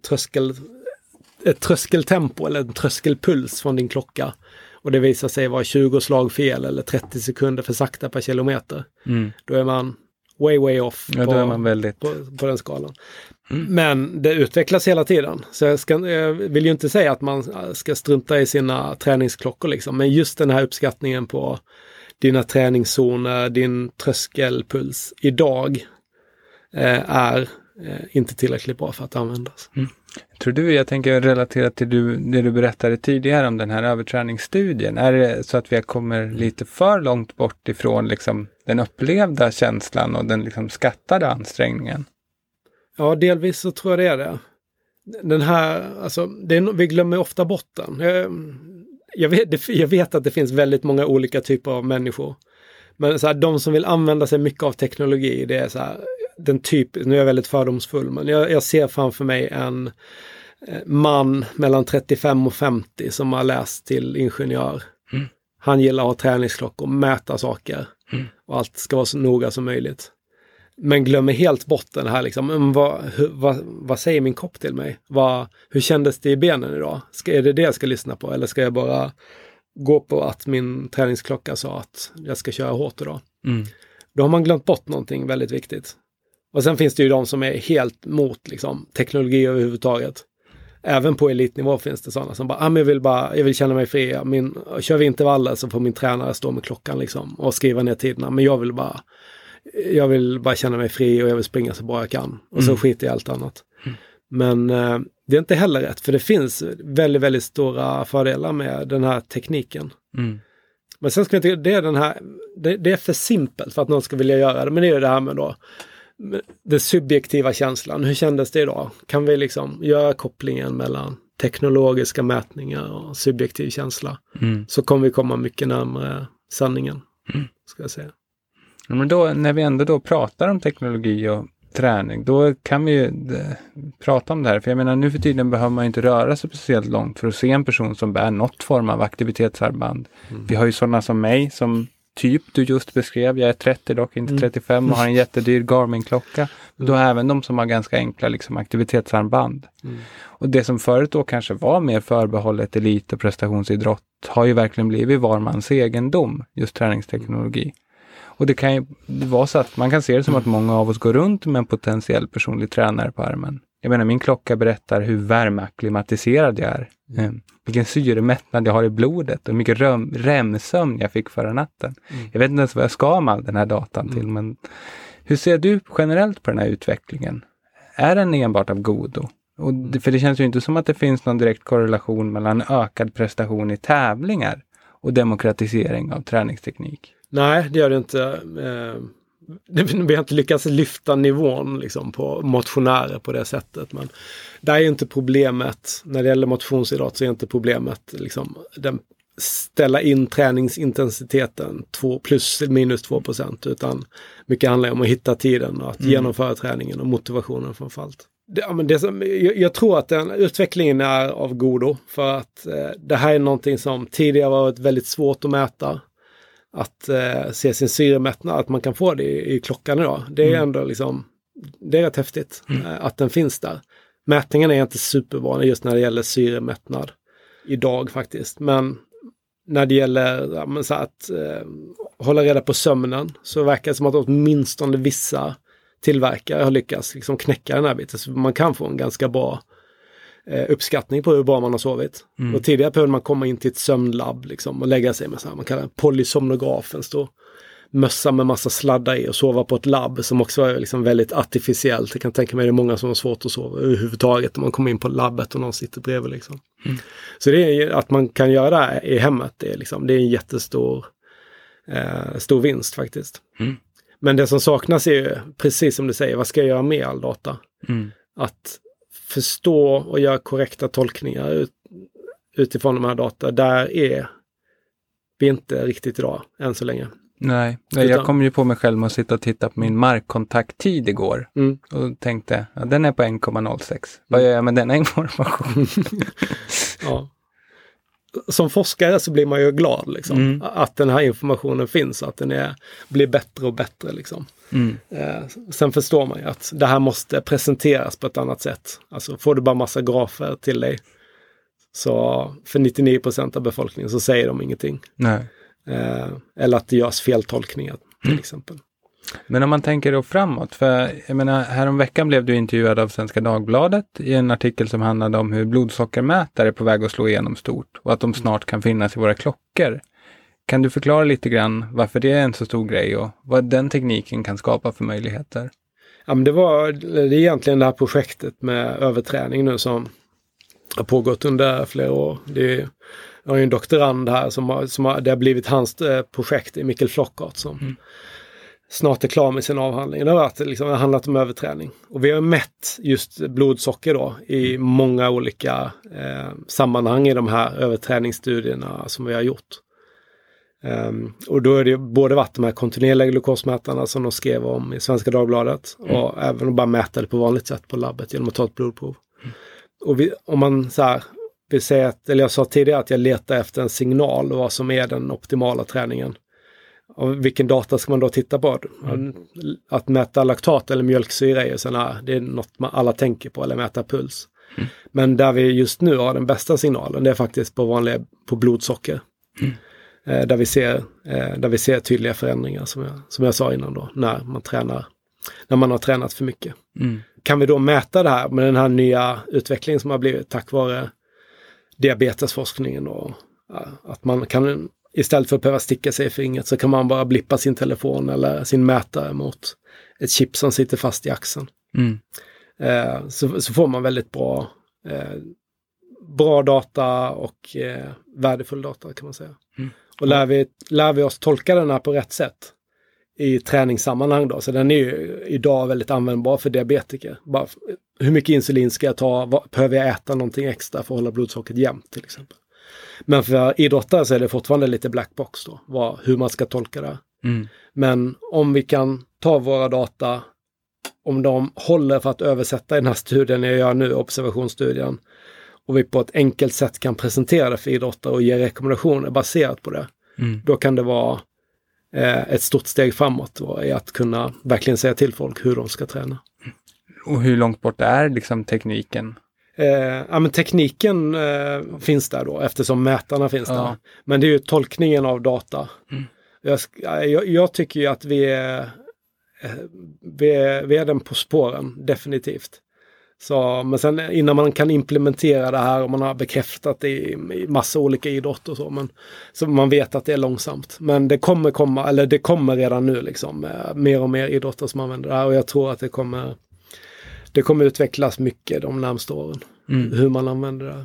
ett tröskeltempo eller en tröskelpuls från din klocka och det visar sig vara 20 slag fel eller 30 sekunder för sakta per kilometer, då är man way off då är man väldigt på den skalan. Men det utvecklas hela tiden. Så jag vill ju inte säga att man ska strunta i sina träningsklockor liksom, men just den här uppskattningen på dina träningszoner, din tröskelpuls idag är inte tillräckligt bra för att användas. Tror du, jag tänker relatera till det du berättade tidigare om den här överträningsstudien. Är det så att vi kommer lite för långt bort ifrån liksom den upplevda känslan och den liksom skattade ansträngningen? Ja, delvis så tror jag det är det. Den här, alltså, vi glömmer ofta bort den. Jag vet att det finns väldigt många olika typer av människor. Men så här, de som vill använda sig mycket av teknologi, det är så här, den nu är jag väldigt fördomsfull, men jag ser framför mig en man mellan 35 och 50 som har läst till ingenjör. Han gillar att ha träningsklockor, mäta saker och allt ska vara så noga som möjligt. Men glömmer helt bort den här liksom, vad säger min kropp till mig? Hur kändes det i benen idag? Är det jag ska lyssna på? Eller ska jag bara gå på att min träningsklocka sa att jag ska köra hårt idag? Då har man glömt bort någonting väldigt viktigt. Och sen finns det ju de som är helt mot liksom, teknologi överhuvudtaget. Även på elitnivå finns det sådana som bara, jag vill känna mig fri. Kör vi intervaller så får min tränare stå med klockan liksom, och skriva ner tiderna. Men jag vill bara känna mig fri och jag vill springa så bra jag kan. Och så skiter jag i allt annat. Men det är inte heller rätt. För det finns väldigt, väldigt stora fördelar med den här tekniken. Men sen ska jag tycka, det är för simpelt för att någon ska vilja göra det. Men det är ju det här med då den subjektiva känslan. Hur kändes det idag? Kan vi liksom göra kopplingen mellan teknologiska mätningar och subjektiv känsla? Så kommer vi komma mycket närmare sanningen, ska jag säga. Ja, men då, när vi ändå då pratar om teknologi och träning, då kan vi ju prata om det här. För jag menar, nu för tiden behöver man inte röra sig speciellt långt för att se en person som bär något form av aktivitetsarmband. Vi har ju sådana som mig som typ du just beskrev. Jag är 30 dock, inte 35 och har en jättedyr Garmin-klocka. Då har även de som har ganska enkla liksom, aktivitetsarmband. Och det som förut då kanske var mer förbehållet elit- och prestationsidrott har ju verkligen blivit var mans egendom, just träningsteknologi. Och det kan ju vara så att man kan se det som att många av oss går runt med en potentiell personlig tränare på armen. Jag menar, min klocka berättar hur värmeakklimatiserad jag är. Vilken syremättnad jag har i blodet och hur mycket REM-sömn jag fick förra natten. Jag vet inte ens vad jag ska med all den här datan till, men hur ser du generellt på den här utvecklingen? Är den enbart av godo? För det känns ju inte som att det finns någon direkt korrelation mellan ökad prestation i tävlingar och demokratisering av träningsteknik. Nej, det gör det inte. Vi har inte lyckats lyfta nivån liksom, på motionärer på det sättet. Men där är ju inte problemet, när det gäller motionsidrott så är inte problemet liksom, ställa in träningsintensiteten plus minus 2%, utan mycket handlar om att hitta tiden och att genomföra träningen och motivationen framförallt. Jag tror att den utvecklingen är av godo, för att det här är någonting som tidigare varit väldigt svårt att mäta. Att se sin syremättnad, att man kan få det i klockan idag. Det är ändå liksom, det är rätt häftigt att den finns där. Mätningen är inte superbra just när det gäller syremättnad idag faktiskt. Men när det gäller så att hålla reda på sömnen, så verkar det som att åtminstone vissa tillverkare har lyckats liksom knäcka den här biten. Så man kan få en ganska bra uppskattning på hur bra man har sovit. Och tidigare behövde man komma in till ett sömnlabb liksom, och lägga sig med så här, man kallar polysomnografen, stå mössa med massa sladdar i och sova på ett labb som också är liksom väldigt artificiellt. Jag kan tänka mig det är många som har svårt att sova överhuvudtaget om man kommer in på labbet och någon sitter bredvid liksom. Så det är att man kan göra det här i hemmet, det är en jättestor stor vinst faktiskt. Men det som saknas är ju, precis som du säger, vad ska jag göra med all data? Att förstå och göra korrekta tolkningar utifrån de här data, där är vi inte riktigt idag än så länge. Nej, jag kom ju på mig själv med att sitta och titta på min markkontakttid igår och tänkte, den är på 1,06. Vad gör jag med denna information? Ja. Som forskare så blir man ju glad liksom, att den här informationen finns, att den blir bättre och bättre liksom. Sen förstår man ju att det här måste presenteras på ett annat sätt. Alltså får du bara massa grafer till dig, så för 99% av befolkningen så säger de ingenting. Nej. Eller att det görs feltolkningar till exempel. Men om man tänker då framåt, för jag menar, häromveckan blev du intervjuad av Svenska Dagbladet i en artikel som handlade om hur blodsockermätare är på väg att slå igenom stort och att de snart kan finnas i våra klockor. Kan du förklara lite grann varför det är en så stor grej och vad den tekniken kan skapa för möjligheter? Ja, men det är egentligen det här projektet med överträning nu som har pågått under flera år. Jag har ju en doktorand här det har blivit hans projekt, i Mikkel Flockart, som snart är klar med sin avhandling. Det har handlat om överträning. Och vi har mätt just blodsocker då i många olika sammanhang i de här överträningsstudierna som vi har gjort. Och då är det både varit de här kontinuerliga glukosmätarna som de skrev om i Svenska Dagbladet och även bara mäta det på vanligt sätt på labbet genom att ta ett blodprov. Och om man så här vill säga eller jag sa tidigare att jag letar efter en signal och vad som är den optimala träningen. Och vilken data ska man då titta på? Att mäta laktat eller mjölksyra det är något man alla tänker på, eller mäta puls. Men där vi just nu har den bästa signalen, det är faktiskt på blodsocker. Där vi ser tydliga förändringar som jag sa innan då, när man har tränat för mycket. Kan vi då mäta det här med den här nya utvecklingen som har blivit tack vare diabetesforskningen och att man kan, istället för att behöva sticka sig i fingret, så kan man bara blippa sin telefon eller sin mätare mot ett chip som sitter fast i axeln. Så får man väldigt bra data och värdefull data, kan man säga. Och lär vi oss tolka den här på rätt sätt i träningssammanhang då. Så den är ju idag väldigt användbar för diabetiker. Bara, hur mycket insulin ska jag ta? Behöver jag äta någonting extra för att hålla blodsockret jämnt till exempel? Men för idrottare så är det fortfarande lite black box då. Hur man ska tolka det. Men om vi kan ta våra data, om de håller för att översätta den här studien jag gör nu, observationsstudien, och vi på ett enkelt sätt kan presentera det för idrottare och ge rekommendationer baserat på det. Då kan det vara ett stort steg framåt i att kunna verkligen säga till folk hur de ska träna. Och hur långt bort är liksom tekniken? Men tekniken finns där då, eftersom mätarna finns där. Men det är ju tolkningen av data. Jag tycker ju att vi är den på spåren, definitivt. Så, men sen innan man kan implementera det här och man har bekräftat det i massa olika idrotter och så man vet att det är långsamt. Men det kommer redan nu liksom, mer och mer idrotter som använder det här, och jag tror att det kommer utvecklas mycket de närmaste åren. Hur man använder det här.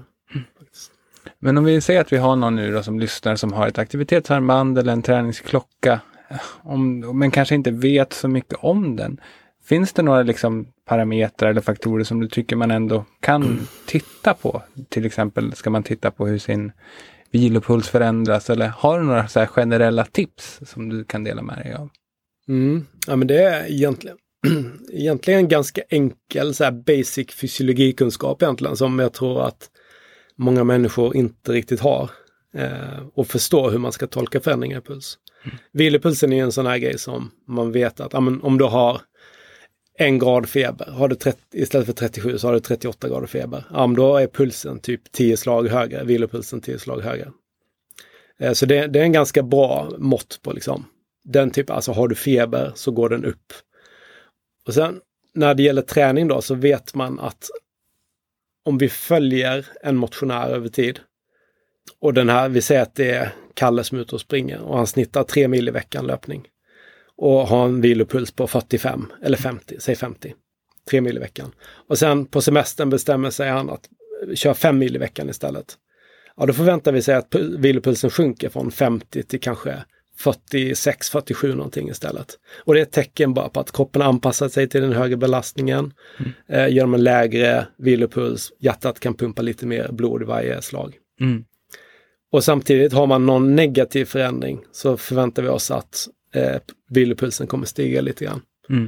Men om vi säger att vi har någon nu då som lyssnar som har ett aktivitetsarmband eller en träningsklocka, men kanske inte vet så mycket om den. Finns det några liksom parametrar eller faktorer som du tycker man ändå kan titta på? Till exempel, ska man titta på hur sin vilopuls förändras, eller har du några så här generella tips som du kan dela med dig av? Ja, men det är egentligen ganska enkel så här basic fysiologikunskap egentligen, som jag tror att många människor inte riktigt har och förstår hur man ska tolka förändringar i puls. Vilopulsen är en sån här grej som man vet att om du har 1 grad feber, har du istället för 37 så har du 38 grader feber. Då är pulsen typ 10 slag högre, vilopulsen 10 slag högre. Så det är en ganska bra mått på liksom den typ, alltså har du feber så går den upp. Och sen när det gäller träning då, så vet man att om vi följer en motionär över tid, och den här, vi säger att det är Kalle som är ute och springer och han snittar 3 mil i veckan löpning och har en vilopuls på 45 eller 50, säg 50, 3 mil i veckan. Och sen på semestern bestämmer sig han att köra 5 mil i veckan istället. Ja, då förväntar vi sig att vilopulsen sjunker från 50 till kanske 46, 47 någonting istället. Och det är ett tecken bara på att kroppen anpassar sig till den högre belastningen. Genom en lägre vilopuls, hjärtat kan pumpa lite mer blod i varje slag. Och samtidigt har man någon negativ förändring så förväntar vi oss att vilopulsen kommer stiga lite grann.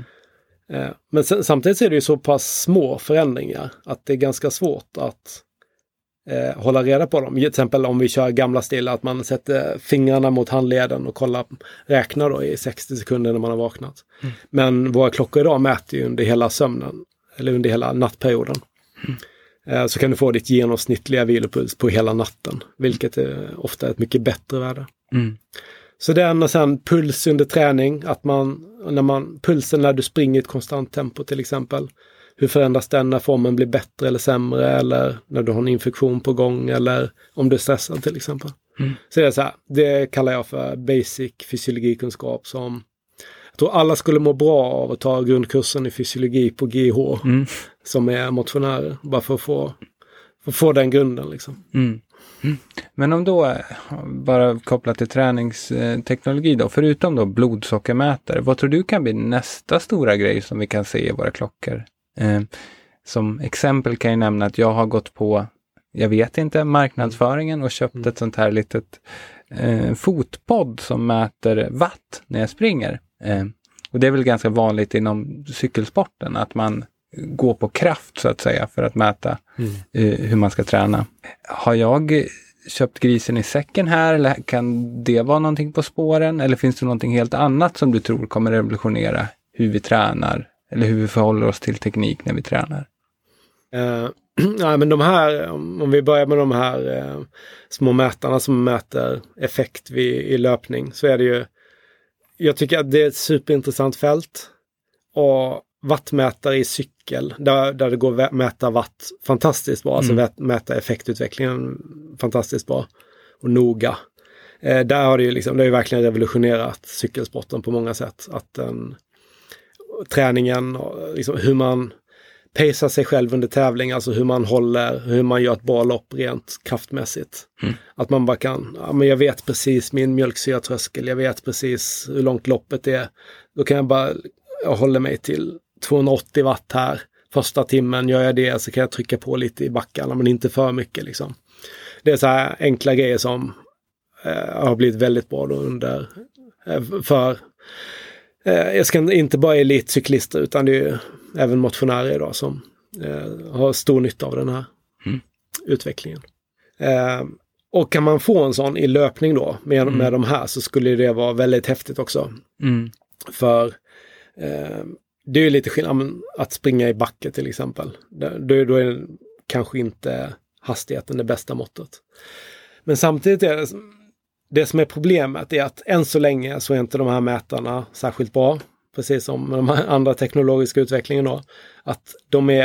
Men samtidigt är det ju så pass små förändringar att det är ganska svårt att hålla reda på dem. Till exempel om vi kör gamla stil, att man sätter fingrarna mot handleden och räknar då i 60 sekunder när man har vaknat. Men våra klockor idag mäter ju under hela sömnen eller under hela nattperioden. Så kan du få ditt genomsnittliga vilopuls på hela natten, vilket är ofta ett mycket bättre värde. Så den, och sen puls under träning, att pulsen när du springer i ett konstant tempo till exempel, hur förändras den när formen blir bättre eller sämre, eller när du har en infektion på gång, eller om du är stressad till exempel. Så det är så här, det kallar jag för basic fysiologikunskap, som jag tror alla skulle må bra av att ta grundkursen i fysiologi på GH som är motionärer, bara för att få den grunden liksom. Men om då, bara kopplat till träningsteknologi då, förutom då blodsockermätare, vad tror du kan bli nästa stora grej som vi kan se i våra klockor? Som exempel kan jag nämna att jag har gått på, jag vet inte, marknadsföringen och köpt ett sånt här litet fotpodd som mäter watt när jag springer. Och det är väl ganska vanligt inom cykelsporten att man går på kraft så att säga för att mäta hur man ska träna. Har jag köpt grisen i säcken här, eller kan det vara någonting på spåren, eller finns det någonting helt annat som du tror kommer revolutionera hur vi tränar eller hur vi förhåller oss till teknik när vi tränar? Nej, men de här, om vi börjar med de här små mätarna som mäter effekt i löpning, så är det ju, jag tycker att det är ett superintressant fält, och wattmätare i cykel, där det går att mäta watt fantastiskt bra, alltså mäta effektutvecklingen fantastiskt bra och noga. Där har det ju liksom, det har ju verkligen revolutionerat cykelsporten på många sätt, att träningen och liksom hur man pacear sig själv under tävling, alltså hur man gör ett bra lopp rent kraftmässigt. Att man bara kan, men jag vet precis min mjölksyratröskel, jag vet precis hur långt loppet är, då kan jag håller mig till 280 watt här, första timmen gör jag det, så kan jag trycka på lite i backarna, men inte för mycket liksom. Det är så här enkla grejer som har blivit väldigt bra då för jag ska inte bara elitcyklister, utan det är även motionärer idag som har stor nytta av den här utvecklingen. Och kan man få en sån i löpning då med de här, så skulle det vara väldigt häftigt också. För det är ju lite skillnad att springa i backe till exempel. Då är kanske inte hastigheten det bästa måttet. Men samtidigt är det som är problemet är att än så länge så är inte de här mätarna särskilt bra. Precis som de här andra teknologiska utvecklingen då. Att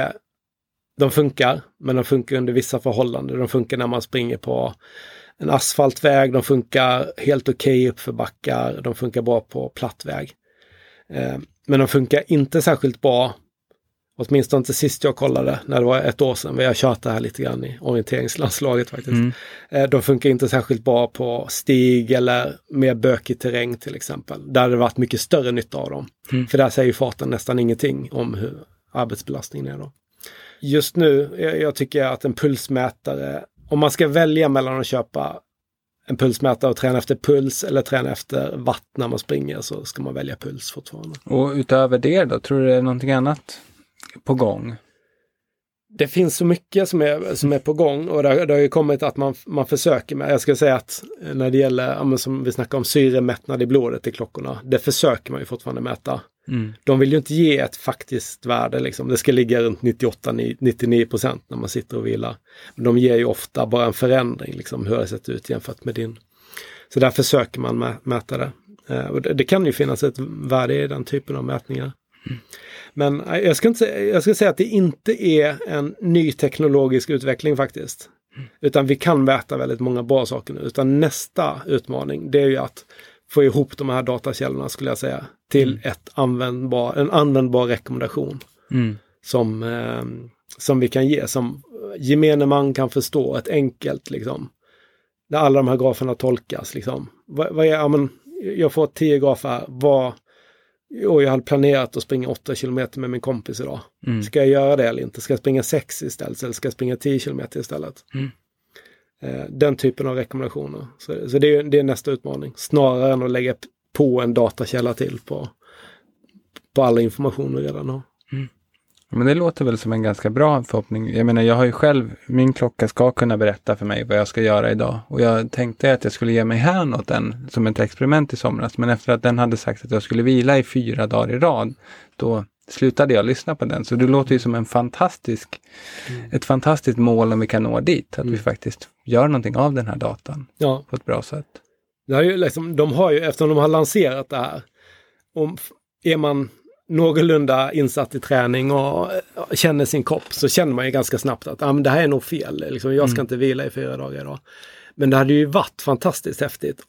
de funkar, men de funkar under vissa förhållanden. De funkar när man springer på en asfaltväg, de funkar helt okej upp för backar, de funkar bra på platt väg. Men de funkar inte särskilt bra, åtminstone inte sist jag kollade, när det var 1 år sedan. Vi har kört det här lite grann i orienteringslandslaget faktiskt. De funkar inte särskilt bra på stig eller mer bökig terräng till exempel. Där hade det varit mycket större nytta av dem. För där säger farten nästan ingenting om hur arbetsbelastningen är då. Just nu, jag tycker att en pulsmätare, om man ska välja mellan att köpa en pulsmätare och träna efter puls eller träna efter watt när man springer, så ska man välja puls fortfarande. Och utöver det då, tror du det är någonting annat på gång? Det finns så mycket som är på gång, och det har ju kommit att man försöker med. Jag ska säga att när det gäller, som vi snackar om, syremättnad i blodet i klockorna, det försöker man ju fortfarande mäta. De vill ju inte ge ett faktiskt värde liksom. Det ska ligga runt 98-99% när man sitter och vilar. Men de ger ju ofta bara en förändring liksom, hur det sett ut jämfört med din. Så där försöker man mäta det. Och det kan ju finnas ett värde i den typen av mätningar. Men jag ska säga att det inte är en ny teknologisk utveckling faktiskt. Utan vi kan mäta väldigt många bra saker nu. Utan nästa utmaning, det är ju att få ihop de här datakällorna, skulle jag säga, till en användbar rekommendation som vi kan ge, som gemene man kan förstå, ett enkelt liksom, där alla de här graferna tolkas liksom. Vad är, jag får 10 grafer, jag hade planerat att springa 8 kilometer med min kompis idag. Ska jag göra det eller inte? Ska jag springa 6 istället, eller ska jag springa 10 kilometer istället? Den typen av rekommendationer. Så det är nästa utmaning. Snarare än att lägga på en datakälla till på alla informationer redan har. Men det låter väl som en ganska bra förhoppning. Jag menar, jag har ju själv, min klocka ska kunna berätta för mig vad jag ska göra idag. Och jag tänkte att jag skulle ge mig här åt den som ett experiment i somras. Men efter att den hade sagt att jag skulle vila i 4 dagar i rad, då slutade jag lyssna på den. Så det låter ju som ett fantastiskt mål om vi kan nå dit. Att vi faktiskt gör någonting av den här datan på ett bra sätt. Det är ju liksom, eftersom de har lanserat det här, är man någorlunda insatt i träning och känner sin kropp, så känner man ju ganska snabbt att men det här är nog fel. Liksom, jag ska inte vila i 4 dagar idag. Men det hade ju varit fantastiskt häftigt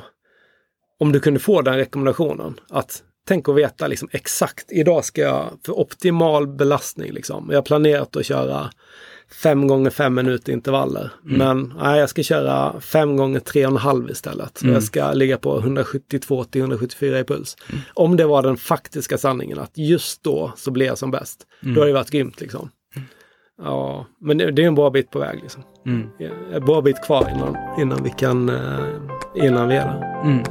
om du kunde få den rekommendationen. Att tänk att veta liksom, exakt, idag ska jag för optimal belastning. Liksom. Jag har planerat att köra 5 gånger 5 minuter intervaller. Men jag ska köra 5 gånger 3,5 istället. Så jag ska ligga på 172-174 i puls. Om det var den faktiska sanningen, att just då så blir jag som bäst. Då har det varit grymt liksom. Ja, men det är en bra bit på väg liksom. En bra bit kvar innan vi är där.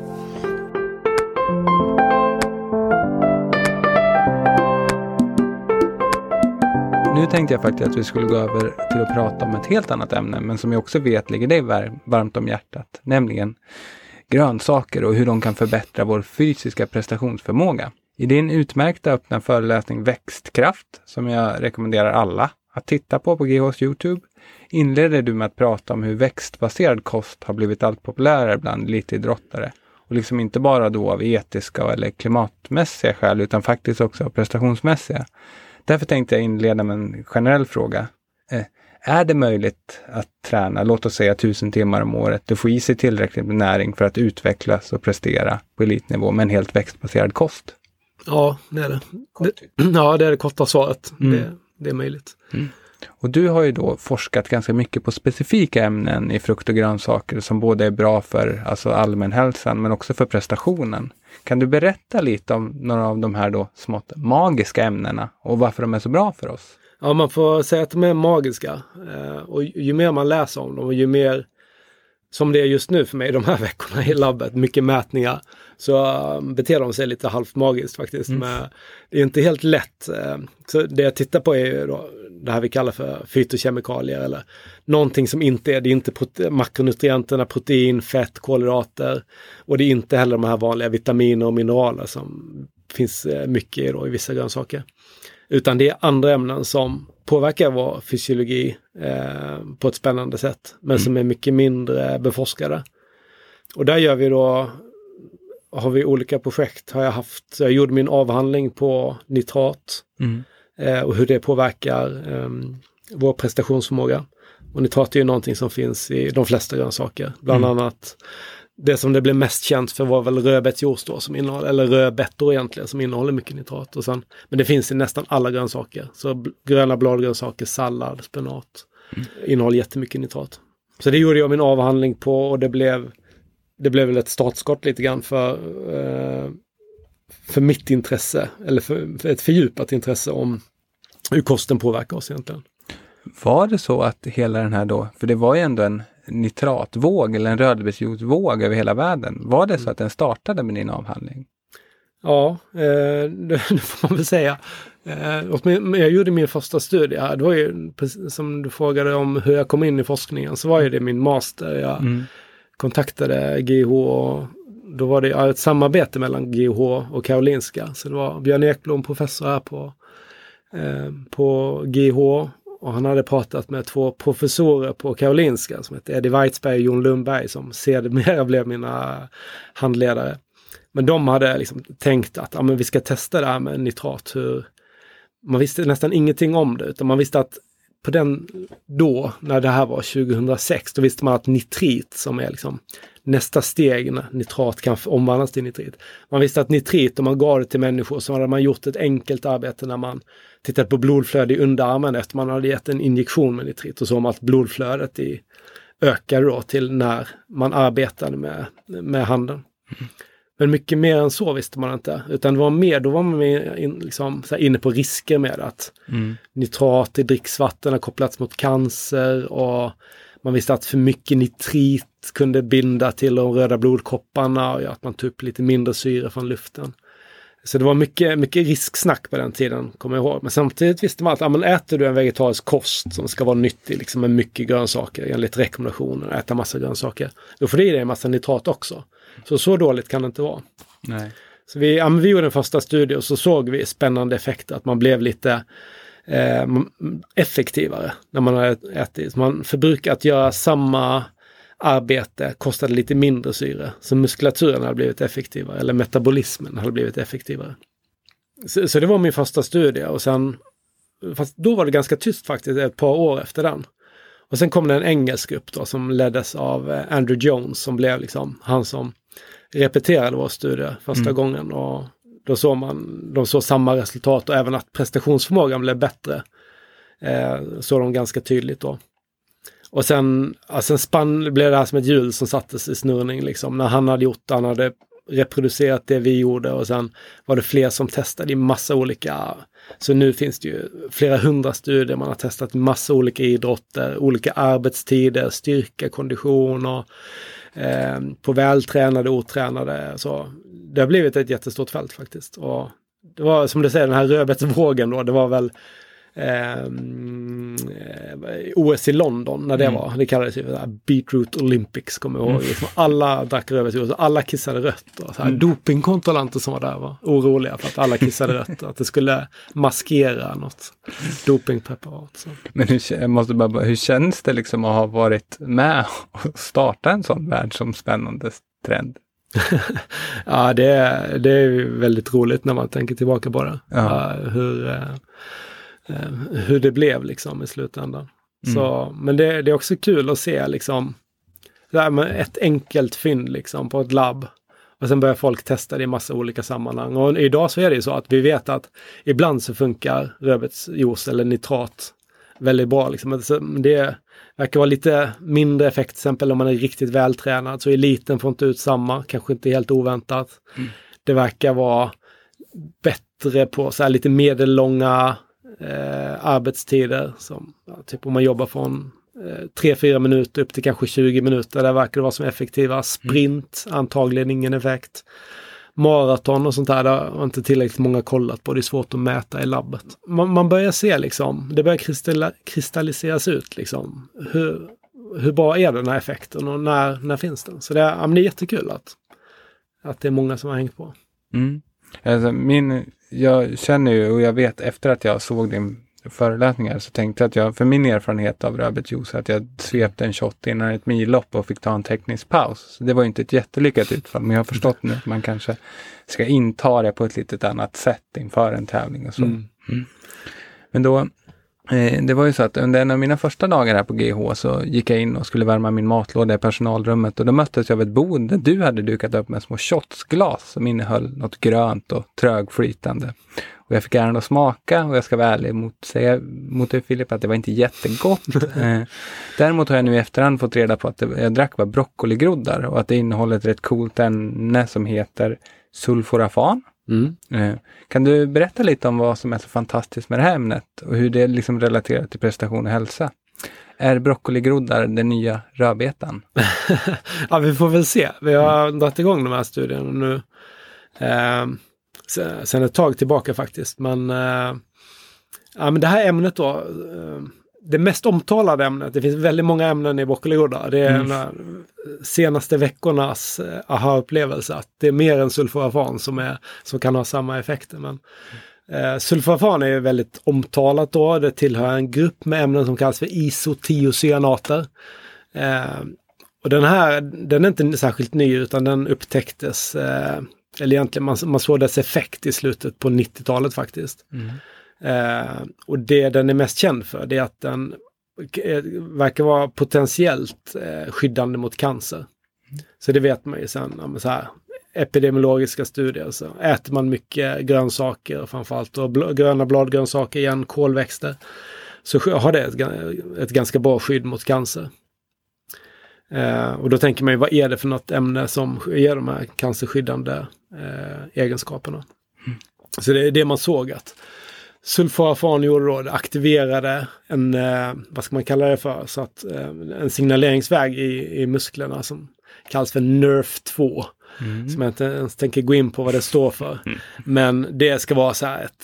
Nu tänkte jag faktiskt att vi skulle gå över till att prata om ett helt annat ämne, men som jag också vet ligger dig varmt om hjärtat, nämligen grönsaker och hur de kan förbättra vår fysiska prestationsförmåga. I din utmärkta öppna föreläsning Växtkraft, som jag rekommenderar alla att titta på GHs YouTube, inleder du med att prata om hur växtbaserad kost har blivit allt populärare bland elitidrottare. Och liksom inte bara då av etiska eller klimatmässiga skäl, utan faktiskt också av prestationsmässiga. Därför tänkte jag inleda med en generell fråga. Är det möjligt att träna, låt oss säga 1000 timmar om året, och få i sig tillräckligt med näring för att utvecklas och prestera på elitnivå med en helt växtbaserad kost? Ja, det är det. Det är det korta svaret. Det är möjligt. Och du har ju då forskat ganska mycket på specifika ämnen i frukt och grönsaker som både är bra för allmänhälsan men också för prestationen. Kan du berätta lite om några av de här då smått magiska ämnena och varför de är så bra för oss? Ja, man får säga att de är magiska. Och ju mer man läser om dem och ju mer som det är just nu för mig de här veckorna i labbet, mycket mätningar, så beter de sig lite halvt magiskt faktiskt. Men det är inte helt lätt. Så det jag tittar på är ju då det här vi kallar för fytokemikalier, eller någonting som det är inte makronutrienterna, protein, fett, kolhydrater, och det är inte heller de här vanliga vitaminer och mineraler som finns mycket i vissa grönsaker. Utan det är andra ämnen som påverkar vår fysiologi på ett spännande sätt, men som är mycket mindre beforskade. Och där har vi olika projekt. Så jag gjorde min avhandling på nitrat och hur det påverkar vår prestationsförmåga. Och nitrat är ju någonting som finns i de flesta grönsaker. Bland annat det som det blev mest känt för var väl rödbetsjuice då, eller rödbetor egentligen, som innehåller mycket nitrat. Men det finns i nästan alla grönsaker. Så gröna bladgrönsaker, sallad, spenat innehåller jättemycket nitrat. Så det gjorde jag min avhandling på, och det blev väl ett startskott lite grann för mitt intresse, eller för ett fördjupat intresse om hur kosten påverkar oss egentligen. Var det så att hela den här då, för det var ju ändå en nitratvåg eller en rödbetsjuicevåg över hela världen. Var det så att den startade med din avhandling? Ja, det får man väl säga. Jag gjorde min första studie här. Det var ju, som du frågade om hur jag kom in i forskningen, så var ju det min master. Jag kontaktade GH, och då var det ett samarbete mellan GH och Karolinska. Så det var Björn Ekblom, professor här på GH, och han hade pratat med 2 professorer på Karolinska som heter Eddie Weitzberg och Jon Lundberg, som sedermera blev mina handledare. Men de hade liksom tänkt att men vi ska testa det här med nitrat. Man visste nästan ingenting om det, utan man visste att när det här var 2006, då visste man att nitrit, som är liksom nästa steg när nitrat kan omvandlas till nitrit. Man visste att nitrit, om man gav det till människor, så hade man gjort ett enkelt arbete när man tittade på blodflöde i underarmen efter man hade gett en injektion med nitrit, och så om att blodflödet ökade då till när man arbetade med handen. Men mycket mer än så visste man inte. Utan då var man inne på risker med att nitrat i dricksvatten har kopplats mot cancer, och man visste att för mycket nitrit kunde binda till de röda blodkopparna och göra att man tog upp lite mindre syre från luften. Så det var mycket risksnack på den tiden, kommer jag ihåg. Men samtidigt visste man att äter du en vegetarisk kost som ska vara nyttig liksom, med mycket grönsaker enligt rekommendationer, äta massa grönsaker, då får det i dig en massa nitrat också. Så dåligt kan det inte vara. Nej. Så vi gjorde en första studie, och så såg vi spännande effekter, att man blev lite effektivare när man hade ätit. Man förbrukar att göra samma arbete kostade lite mindre syre. Så muskulaturen hade blivit effektivare, eller metabolismen hade blivit effektivare. Så det var min första studie, och sen, fast då var det ganska tyst faktiskt ett par år efter den. Och sen kom det en engelsk grupp då, som leddes av Andrew Jones, som blev liksom han som repeterade vår studie första gången, och då de såg samma resultat, och även att prestationsförmågan blev bättre. Såg de ganska tydligt då. Och sen blev det här som ett hjul som sattes i snurrning liksom. När han hade reproducerat det vi gjorde, och sen var det fler som testade i massa olika. Så nu finns det ju flera 100 studier, man har testat i massa olika idrotter, olika arbetstider, styrka, kondition och på vältränade, otränade. Så det har blivit ett jättestort fält faktiskt. Och det var, som du säger, den här rödbetsvågen då, det var väl OS i London när det var. Det kallades ju Beetroot Olympics, kommer jag ihåg. Liksom alla drack rödbetsjuice och alla kissade rött. Och så här dopingkontrollanter som var där var oroliga för att alla kissade rött. Att det skulle maskera något dopingpreparat. Så. Men hur känns det liksom att ha varit med och starta en sån världsomspännande trend? Ja, det är väldigt roligt när man tänker tillbaka på det. Ja. Hur det blev liksom i slutändan. Så, men det är också kul att se liksom det här med ett enkelt fynd liksom på ett labb, och sen börjar folk testa det i massa olika sammanhang. Och idag så är det ju så att vi vet att ibland så funkar rödbetsjuice eller nitrat väldigt bra liksom. Det verkar vara lite mindre effekt, till exempel om man är riktigt vältränad, så eliten får inte ut samma, kanske inte helt oväntat. Det verkar vara bättre på så här lite medellånga arbetstider, som typ om man jobbar från 3-4 minuter upp till kanske 20 minuter, där verkar det vara som effektiva. Sprint, antagligen ingen effekt. Maraton och sånt där har inte tillräckligt många kollat på, det är svårt att mäta i labbet. Man börjar se liksom, det börjar kristalliseras ut liksom, hur bra är den här effekten och när finns den? Så det är jättekul att det är många som har hängt på. Alltså jag känner ju, och jag vet efter att jag såg din föreläsningar så tänkte jag att jag, för min erfarenhet av rödbetsjuice, att jag svepte en shot innan ett millopp och fick ta en teknisk paus. Så det var ju inte ett jättelyckat utfall, men jag har förstått nu att man kanske ska inta det på ett lite annat sätt inför en tävling och så. Men då, det var ju så att under en av mina första dagar här på GH så gick jag in och skulle värma min matlåda i personalrummet och då möttes jag av ett bord där du hade dukat upp med små shotsglas som innehöll något grönt och trögflytande. Och jag fick äran att smaka och jag ska vara ärlig mot dig Filip att det var inte jättegott. Däremot har jag nu i efterhand fått reda på att jag drack var broccoligroddar och att det innehåller ett rätt coolt ämne som heter sulforafan. Kan du berätta lite om vad som är så fantastiskt med det här ämnet och hur det liksom relaterar till prestation och hälsa? Är broccoligroddar den nya rödbetan? Ja, vi får väl se. Vi har dragit igång de här studierna nu sen ett tag tillbaka faktiskt. Men det här ämnet då, det mest omtalade ämnet, det finns väldigt många ämnen i broccoligroddar. Det är de senaste veckornas aha-upplevelse att det är mer än sulforafan som kan ha samma effekter. Men sulforafan är väldigt omtalat då. Det tillhör en grupp med ämnen som kallas för isothiocyanater. Och den är inte särskilt ny utan den upptäcktes, eller egentligen man såg dess effekt i slutet på 90-talet faktiskt. Och det den är mest känd för det är att den verkar vara potentiellt skyddande mot cancer. Så det vet man ju sen, så här, epidemiologiska studier. Så äter man mycket grönsaker framförallt och gröna bladgrönsaker igen, kolväxter, så har det ett ganska bra skydd mot cancer. Och då tänker man ju, vad är det för något ämne som ger de här cancerskyddande egenskaperna? Så det är det man såg att sulforafan gjorde då, det aktiverade en, vad ska man kalla det för, så att en signaleringsväg i musklerna som kallas för NRF2. Som jag inte ens tänker gå in på vad det står för. Men det ska vara så här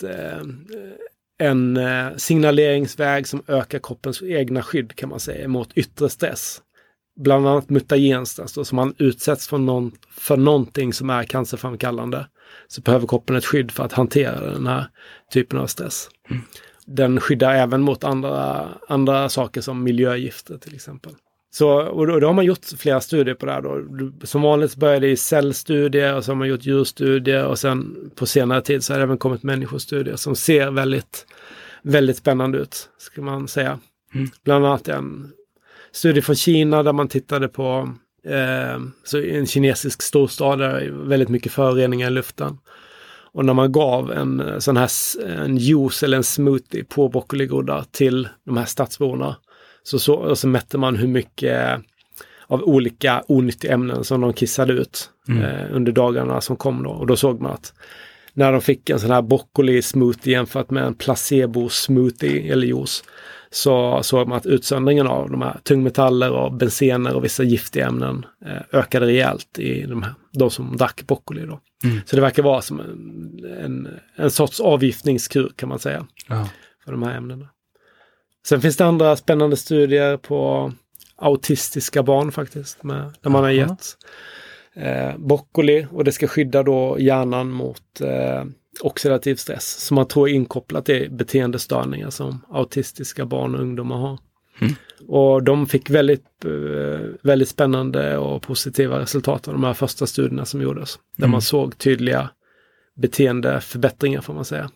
en signaleringsväg som ökar kroppens egna skydd kan man säga mot yttre stress. Bland annat mutagenstress då, som man utsätts för någonting som är cancerframkallande. Så behöver kroppen ett skydd för att hantera den här typen av stress. Den skyddar även mot andra saker som miljögifter till exempel. Och då har man gjort flera studier på det här då. Som vanligt började det i cellstudier och så har man gjort djurstudier och sen på senare tid så har det även kommit människostudier som ser väldigt, väldigt spännande ut, ska man säga. Bland annat en studie från Kina där man tittade på så en kinesisk storstad där det är väldigt mycket föroreningar i luften. Och när man gav en sån här en juice eller en smoothie på broccoligroddar till de här stadsborna så mätte man hur mycket av olika onyttiga ämnen som de kissade ut under dagarna som kom då. Och då såg man att när de fick en sån här broccoli-smoothie jämfört med en placebo-smoothie eller juice så såg man att utsöndringen av de här tungmetaller och bensener och vissa giftiga ämnen ökade rejält i de som drack broccoli då. Så det verkar vara som en sorts avgiftningskur kan man säga för de här ämnena. Sen finns det andra spännande studier på autistiska barn faktiskt där man har gett broccoli och det ska skydda då hjärnan mot oxidativ stress som man tror är inkopplat till beteendestörningar som autistiska barn och ungdomar har. Och de fick väldigt, väldigt spännande och positiva resultat av de här första studierna som gjordes. Där man såg tydliga beteendeförbättringar får man säga.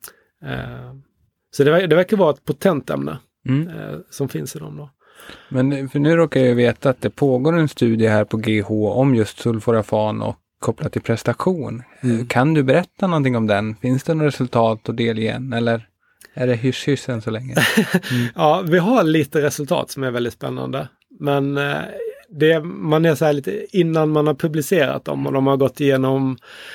Så det verkar vara ett potent ämne som finns i dem då. Men för nu råkar jag veta att det pågår en studie här på GH om just sulforafan och kopplat till prestation. Kan du berätta någonting om den? Finns det några resultat att delge igen eller är det hysch än så länge? Ja, vi har lite resultat som är väldigt spännande. Men man är så här lite innan man har publicerat dem och de har gått igenom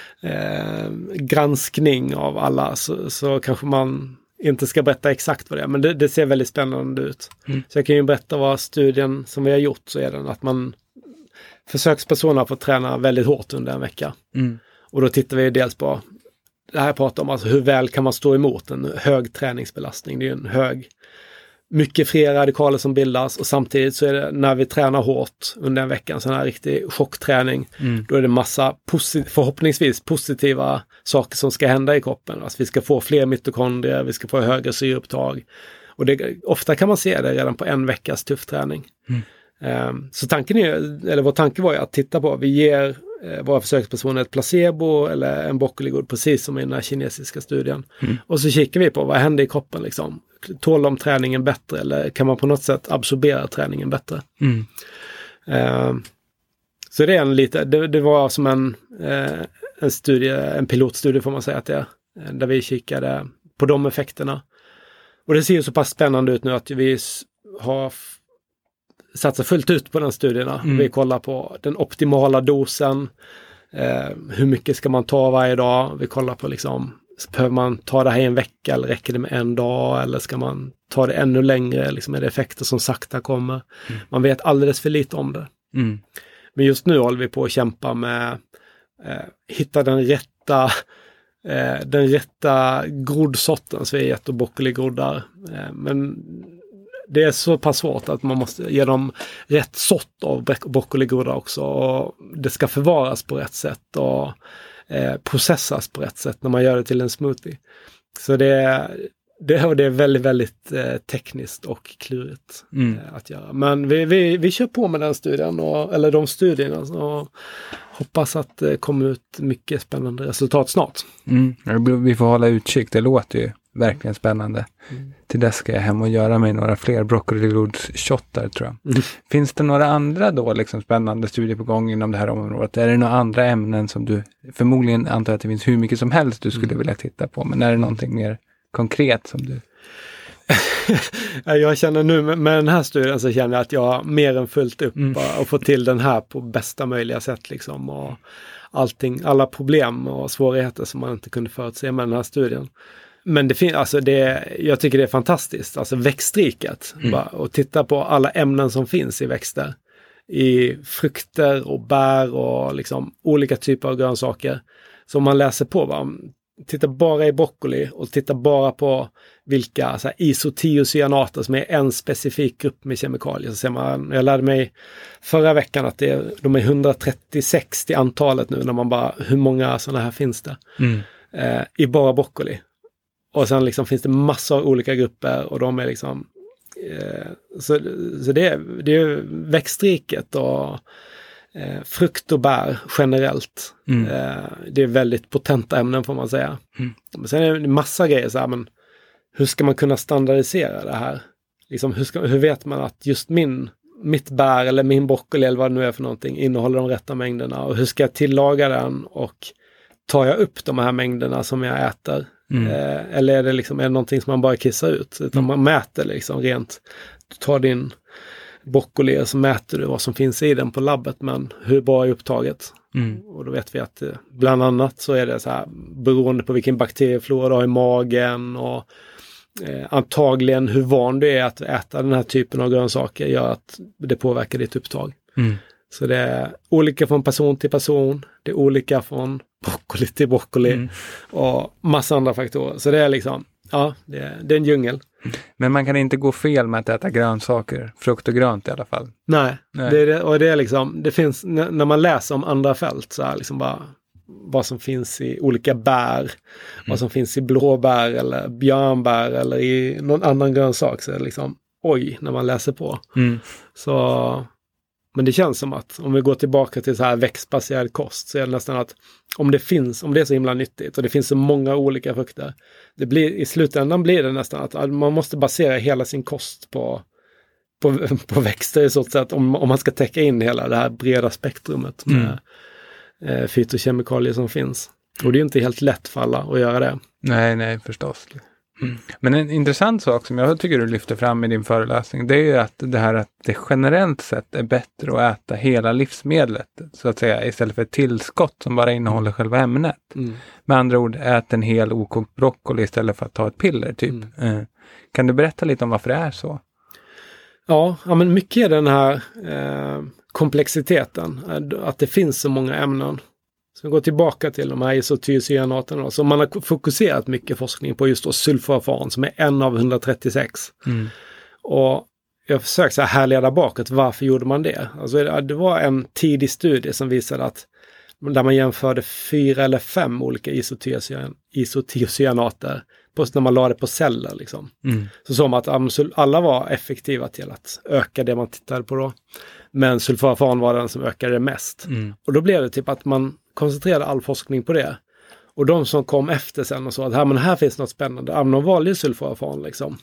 granskning av alla så kanske man inte ska berätta exakt vad det är. Men det ser väldigt spännande ut. Så jag kan ju berätta vad studien som vi har gjort så är den att försökspersoner får träna väldigt hårt under en vecka. Och då tittar vi dels på det här jag pratar om, alltså hur väl kan man stå emot en hög träningsbelastning. Det är ju en hög mycket fria radikaler som bildas och samtidigt så är det när vi tränar hårt under en vecka, en sån här riktig chockträning, då är det massa förhoppningsvis positiva saker som ska hända i kroppen. Alltså vi ska få fler mitokondrier, vi ska få högre syreupptag. Och ofta kan man se det redan på en veckas tuff träning. Så vår tanke var ju att titta på, vi ger våra försökspersoner ett placebo eller en broccoligod, precis som i den här kinesiska studien. Och så kikar vi på vad händer i kroppen liksom. Tål de träningen bättre eller kan man på något sätt absorbera träningen bättre? Så det är det var som en studie, en pilotstudie får man säga att det är, där vi kikade på de effekterna. Och det ser ju så pass spännande ut nu att vi har satsat fullt ut på den studierna. Vi kollar på den optimala dosen, hur mycket ska man ta varje dag? Vi kollar på liksom, behöver man ta det här i en vecka eller räcker det med en dag eller ska man ta det ännu längre? Liksom är det effekter som sakta kommer? Man vet alldeles för lite om det. Men just nu håller vi på att kämpa med hitta den rätta groddsorten, så vi är och broccoligroddar. Men det är så pass svårt att man måste ge dem rätt sort av broccoligroddar också. Och det ska förvaras på rätt sätt och processas på rätt sätt när man gör det till en smoothie. Så det är väldigt, väldigt tekniskt och klurigt att göra. Men vi kör på med den studien, eller de studierna, och hoppas att det kommer ut mycket spännande resultat snart. Vi får hålla utkik, det låter ju verkligen spännande. Till dess ska jag hem och göra mig några fler broccoligrods-shottar, tror jag. Finns det några andra då liksom spännande studier på gång inom det här området? Är det några andra ämnen som du, förmodligen antar att det finns hur mycket som helst du skulle vilja titta på, men är det någonting mer konkret som du... Jag känner nu med den här studien så känner jag att jag har mer än fullt upp och fått till den här på bästa möjliga sätt liksom, och alla problem och svårigheter som man inte kunde förutse med den här studien. Men det finns, alltså jag tycker det är fantastiskt, alltså växtriket, och titta på alla ämnen som finns i växter, i frukter och bär och liksom olika typer av grönsaker som man läser på. Titta bara i broccoli och titta bara på vilka så här isothiocyanater som är en specifik grupp med kemikalier. Så ser man, jag lärde mig förra veckan att de är 136 till antalet nu, när man bara, hur många sådana här finns det i bara broccoli. Och sen liksom finns det massor av olika grupper och de är liksom så det är växtriket och frukt och bär generellt. Det är väldigt potenta ämnen får man säga. Men sen är det massa grejer så här, men hur ska man kunna standardisera det här? Liksom, hur vet man att just mitt bär eller min broccoli eller vad det nu är för någonting innehåller de rätta mängderna, och hur ska jag tillaga den och tar jag upp de här mängderna som jag äter? Eller är det någonting som man bara kissar ut? Utan man mäter liksom rent. Du tar din broccoli och så mäter du vad som finns i den på labbet, men hur bra är upptaget? Och då vet vi att bland annat så är det så här, beroende på vilken bakterieflora du har i magen och antagligen hur van du är att äta den här typen av grönsaker gör att det påverkar ditt upptag. Så det är olika från person till person, det är olika från broccoli till broccoli och massa andra faktorer. Så det är liksom, ja, det är en djungel. Men man kan inte gå fel med att äta grönsaker, frukt och grönt i alla fall. Nej. Det är liksom, det finns, när man läser om andra fält så är liksom bara vad som finns i olika bär, vad som finns i blåbär eller björnbär eller i någon annan grönsak, så är det liksom, oj, när man läser på. Så, men det känns som att om vi går tillbaka till så här växtbaserad kost, så är det nästan att om det är så himla nyttigt och det finns så många olika frukter, i slutändan blir det nästan att man måste basera hela sin kost på växter i så sätt, om man ska täcka in hela det här breda spektrumet med fytokemikalier som finns. Och det är inte helt lätt för alla att göra det. Nej, förstås. Men en intressant sak som jag tycker du lyfter fram i din föreläsning, det är ju att det generellt sett är bättre att äta hela livsmedlet, så att säga, istället för ett tillskott som bara innehåller själva ämnet. Med andra ord, ät en hel okokt broccoli istället för att ta ett piller, typ. Kan du berätta lite om varför det är så? Ja, men mycket är den här komplexiteten, att det finns så många ämnen. Så vi går tillbaka till de här isothiocyanaterna. Så man har fokuserat mycket forskning på just då sulforafan som är en av 136. Och jag försöker så här härleda bakåt, varför gjorde man det? Alltså det var en tidig studie som visade att där man jämförde 4 eller 5 olika isotiocyanater när man la det på celler. Liksom. Så såg man att alla var effektiva till att öka det man tittade på då. Men sulforafan var den som ökade det mest. Och då blev det typ att man koncentrerade all forskning på det. Och de som kom efter sen och sa att här finns något spännande. De valde ju sulforafan liksom.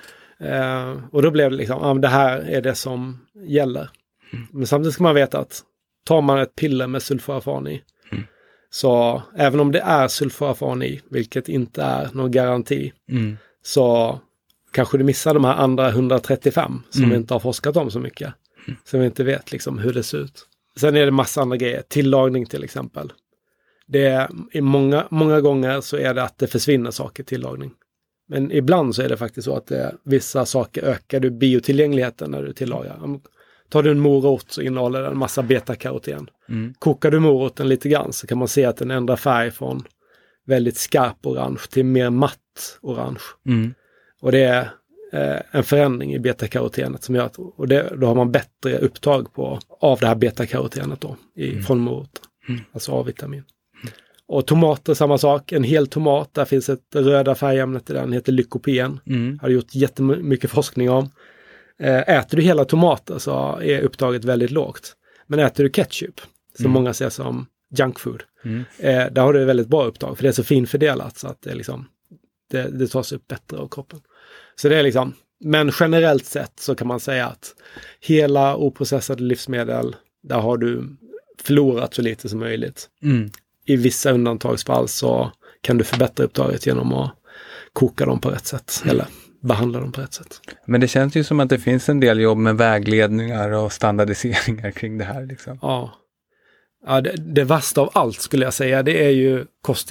Och då blev det liksom, det här är det som gäller. Men samtidigt ska man veta att tar man ett piller med sulforafan i, så även om det är sulforafan i, vilket inte är någon garanti, så kanske du missar de här andra 135 som vi inte har forskat om så mycket. Så vi inte vet liksom hur det ser ut. Sen är det massa andra grejer. Tillagning till exempel. Det är många gånger så är det att det försvinner saker i tillagning. Men ibland så är det faktiskt så att vissa saker ökar du biotillgängligheten när du tillagar. Tar du en morot så innehåller den en massa betakaroten. Kokar du moroten lite grann så kan man se att den ändrar färg från väldigt skarp orange till mer matt orange. Och det är en förändring i betakarotenet som gör att, och då har man bättre upptag av det här betakarotenet då från moroten. Alltså A-vitamin. Och tomater, samma sak. En hel tomat, där finns ett röda färgämnet i den, heter lykopen. Har gjort jättemycket forskning om. Äter du hela tomater så är upptaget väldigt lågt. Men äter du ketchup, som många ser som junk food, där har du väldigt bra upptag. För det är så finfördelat så att det, liksom, det tas upp bättre av kroppen. Så det är liksom, men generellt sett så kan man säga att hela oprocessade livsmedel, där har du förlorat så lite som möjligt. I vissa undantagsfall så kan du förbättra upptaget genom att koka dem på rätt sätt eller behandla dem på rätt sätt. Men det känns ju som att det finns en del jobb med vägledningar och standardiseringar kring det här. Liksom. Ja, det värsta av allt skulle jag säga, det är ju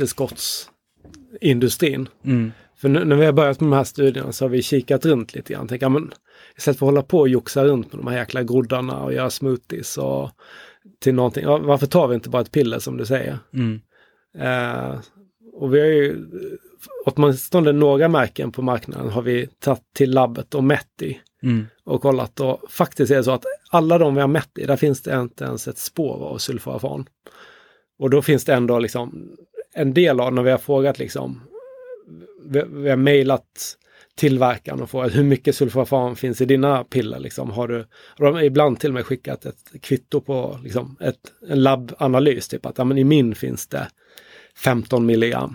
kosttillskottsindustrin. För när vi har börjat med de här studierna så har vi kikat runt lite grann. Tänker, men istället för att hålla på och joxa runt med de här jäkla groddarna och göra smoothies och till någonting. Varför tar vi inte bara ett piller som du säger? Och vi har ju åtminstone några märken på marknaden har vi tagit till labbet och mätt i. Och kollat. Och faktiskt är det så att alla de vi har mätt i, där finns det inte ens ett spår av sulforafan. Och då finns det ändå liksom en del av när vi har frågat liksom, vi har mejlat tillverkaren och frågat hur mycket sulforafan finns i dina piller. Liksom. Har de ibland till och med skickat ett kvitto på liksom, en labbanalys. Typ att i min finns det 15 milligram.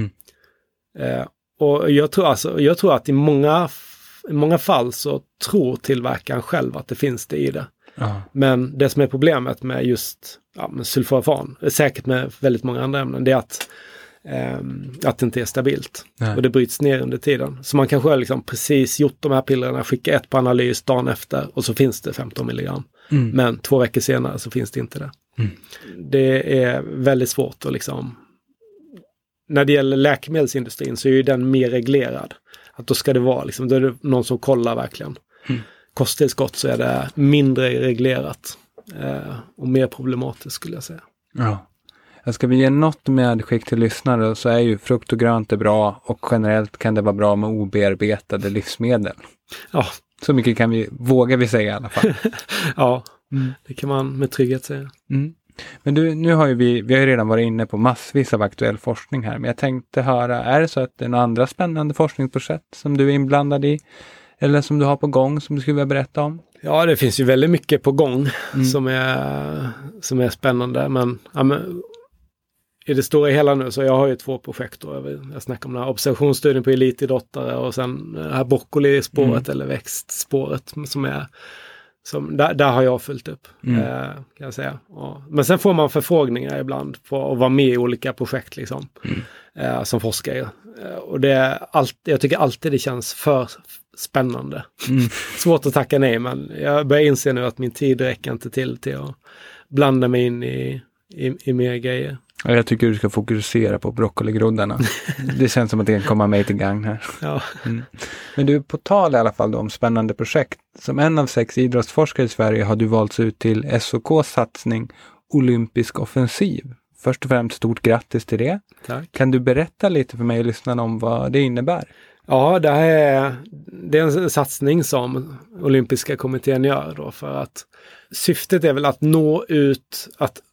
Och jag tror att i många fall så tror tillverkaren själv att det finns det i det. Men det som är problemet med just med sulforafan, säkert med väldigt många andra ämnen, det är att det inte är stabilt. Och det bryts ner under tiden. Så man kanske har liksom precis gjort de här pillerna, skicka ett på analys dagen efter och så finns det 15 milligram. Men 2 veckor senare så finns det inte det. Det är väldigt svårt att liksom, när det gäller läkemedelsindustrin så är ju den mer reglerad. Att då ska det vara liksom, då är det någon som kollar verkligen. Kosttillskott så är det mindre reglerat och mer problematiskt skulle jag säga. Ja. Ska vi ge något medskick till lyssnare så är ju frukt och grönt är bra och generellt kan det vara bra med obearbetade livsmedel. Ja. Så mycket vågar vi säga i alla fall. Ja, det kan man med trygghet säga. Men du, nu har ju vi har ju redan varit inne på massvis av aktuell forskning här, men jag tänkte höra, är det så att det är några andra spännande forskningsprojekt som du är inblandad i eller som du har på gång som du skulle vilja berätta om? Ja, det finns ju väldigt mycket på gång som är spännande, men i det stora hela nu så jag har ju 2 projekt då. Jag snackar om den här observationsstudien på elitidrottare och sen det här broccolispåret eller växtspåret där har jag följt upp kan jag säga. Men sen får man förfrågningar ibland på att vara med i olika projekt liksom, som forskare. Och jag tycker alltid det känns för spännande. Svårt att tacka nej, men jag börjar inse nu att min tid räcker inte till att blanda mig in i mer grejer. Ja, jag tycker du ska fokusera på broccoligroddarna. Det känns som att det kan komma mig till gang här. Ja. Men du, på tal i alla fall då, om spännande projekt. Som en av 6 idrottsforskare i Sverige har du valts ut till SOKs satsning Olympisk offensiv först och främst stort grattis till det. Tack. Kan du berätta lite för mig och lyssnarna om vad det innebär? Ja, det är en satsning som Olympiska kommittén gör då, för att syftet är väl att nå ut,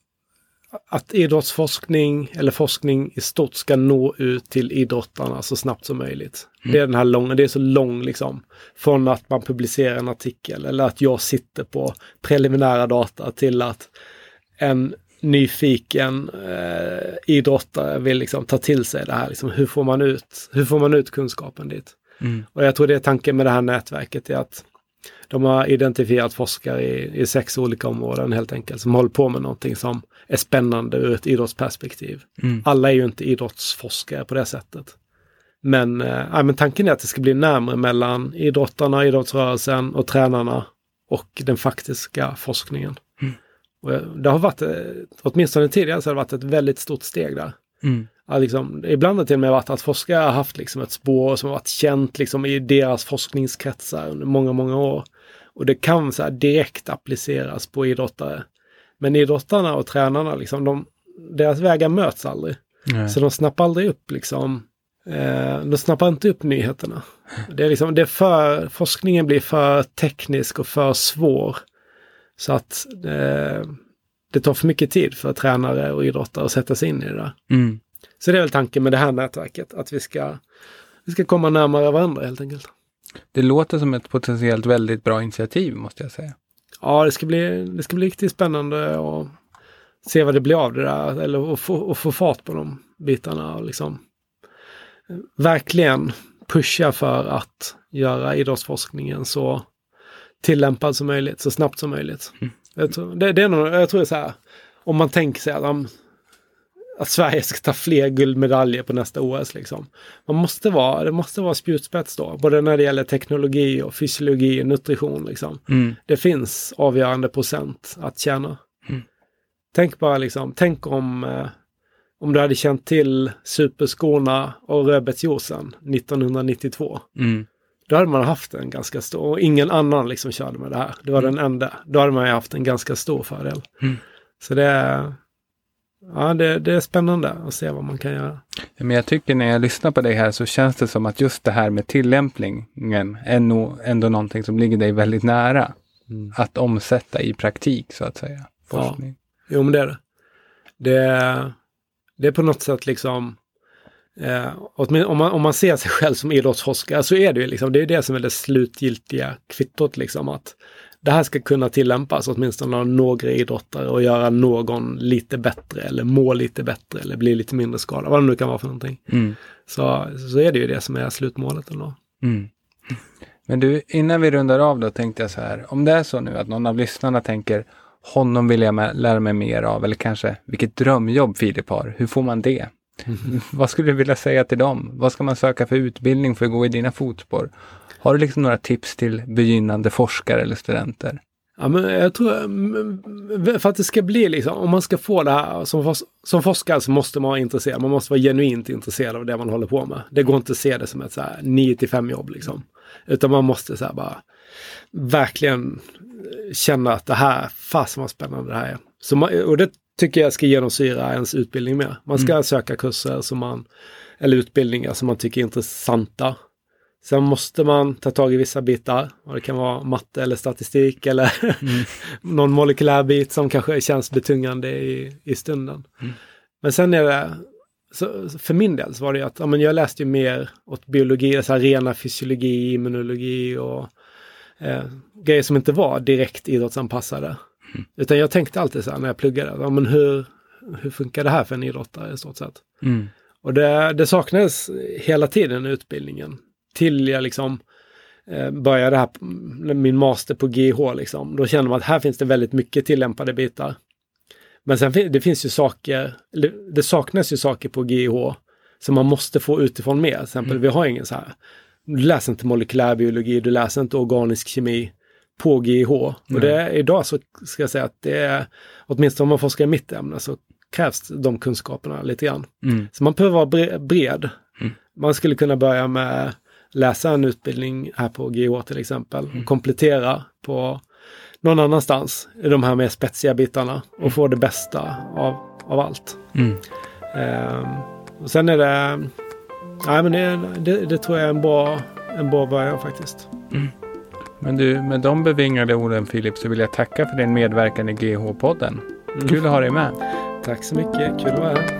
att idrottsforskning eller forskning i stort ska nå ut till idrottarna så snabbt som möjligt. Det är den här det är så lång liksom, från att man publicerar en artikel eller att jag sitter på preliminära data till att en nyfiken idrottare vill liksom ta till sig det här. Liksom, hur får man ut kunskapen dit? Och jag tror det är tanken med det här nätverket är att de har identifierat forskare i 6 olika områden helt enkelt som håller på med någonting som är spännande ur ett idrottsperspektiv. Alla är ju inte idrottsforskare på det sättet. Men tanken är att det ska bli närmare mellan idrottarna, idrottsrörelsen och tränarna och den faktiska forskningen. Och det har varit, åtminstone tidigare så har det varit ett väldigt stort steg där. Ja, liksom, ibland har det till och med varit att forskare har haft liksom ett spår som har varit känt liksom, i deras forskningskretsar under många, många år. Och det kan så här direkt appliceras på idrottare. Men idrottarna och tränarna, liksom, deras vägar möts aldrig. Nej. Så de snappar aldrig upp liksom, de snappar inte upp nyheterna. Det är liksom, forskningen blir för teknisk och för svår. Så att det tar för mycket tid för tränare och idrottare att sätta sig in i det där. Så det är väl tanken med det här nätverket. Att vi ska komma närmare varandra helt enkelt. Det låter som ett potentiellt väldigt bra initiativ måste jag säga. Ja, det ska bli riktigt spännande att se vad det blir av det där. Eller att få fart på de bitarna. Och liksom verkligen pusha för att göra idrottsforskningen så tillämpad som möjligt, så snabbt som möjligt. Jag tror det är så här, om man tänker sig att Sverige ska ta fler guldmedaljer på nästa OS liksom. Det måste vara spjutspets då, både när det gäller teknologi och fysiologi och nutrition liksom. Det finns avgörande procent att tjäna. Tänk om du hade känt till superskorna och rödbetsjuicen 1992. Då hade man haft en ganska stor, och ingen annan liksom körde med det här. Det var den enda. Då hade man ju haft en ganska stor fördel. Så det är spännande att se vad man kan göra. Men jag tycker när jag lyssnar på dig här så känns det som att just det här med tillämpningen är nog ändå någonting som ligger dig väldigt nära. Att omsätta i praktik så att säga. Forskning. Ja. Jo, men det är det. Det är på något sätt liksom om man ser sig själv som idrottsforskare så är det ju liksom, det är det som är det slutgiltiga kvittot liksom, att det här ska kunna tillämpas åtminstone av några idrottare och göra någon lite bättre eller må lite bättre eller bli lite mindre skadad, vad det nu kan vara för någonting. Så är det ju det som är slutmålet ändå. Men du, innan vi rundar av då tänkte jag så här, om det är så nu att någon av lyssnarna tänker honom vill jag lära mig mer av, eller kanske vilket drömjobb Filip har, hur får man det? Vad skulle du vilja säga till dem? Vad ska man söka för utbildning för att gå i dina fotspår? Har du liksom några tips till begynnande forskare eller studenter? Ja, men jag tror för att det ska bli liksom, om man ska få det här som forskare så måste man vara intresserad. Man måste vara genuint intresserad av det man håller på med. Det går inte att se det som ett så här 9-5 jobb liksom. Utan man måste så här bara verkligen känna att det här, fast vad spännande det här är. Så och det tycker jag ska genomsyra ens utbildning med. Man ska söka kurser eller utbildningar som man tycker är intressanta. Sen måste man ta tag i vissa bitar. Och det kan vara matte eller statistik eller någon molekylär bit som kanske känns betungande i stunden. Men sen är det, så för min del så var det att jag läste ju mer åt biologi, så här rena fysiologi, immunologi och grejer som inte var direkt idrottsanpassade. Utan jag tänkte alltid så här när jag pluggade, men hur funkar det här för en idrottare i stort sett? Och det saknades hela tiden i utbildningen. Till jag liksom började här, min master på GH liksom. Då kände man att här finns det väldigt mycket tillämpade bitar. Men sen det finns ju saker, det saknas ju saker på GH som man måste få utifrån med. Till exempel, vi har ingen så här, du läser inte molekylärbiologi, du läser inte organisk kemi på GH. Och idag så ska jag säga att det är, åtminstone om man forskar i mitt ämne så krävs de kunskaperna lite grann. Så man behöver vara bred. Man skulle kunna börja med läsa en utbildning här på GH till exempel. Komplettera på någon annanstans i de här mer spetsiga bitarna och få det bästa av allt. Och sen är det det tror jag är en bra början faktiskt. Men du, med de bevingade orden Filip, så vill jag tacka för din medverkan i GH-podden. Kul att ha dig med. Tack så mycket, kul att vara här.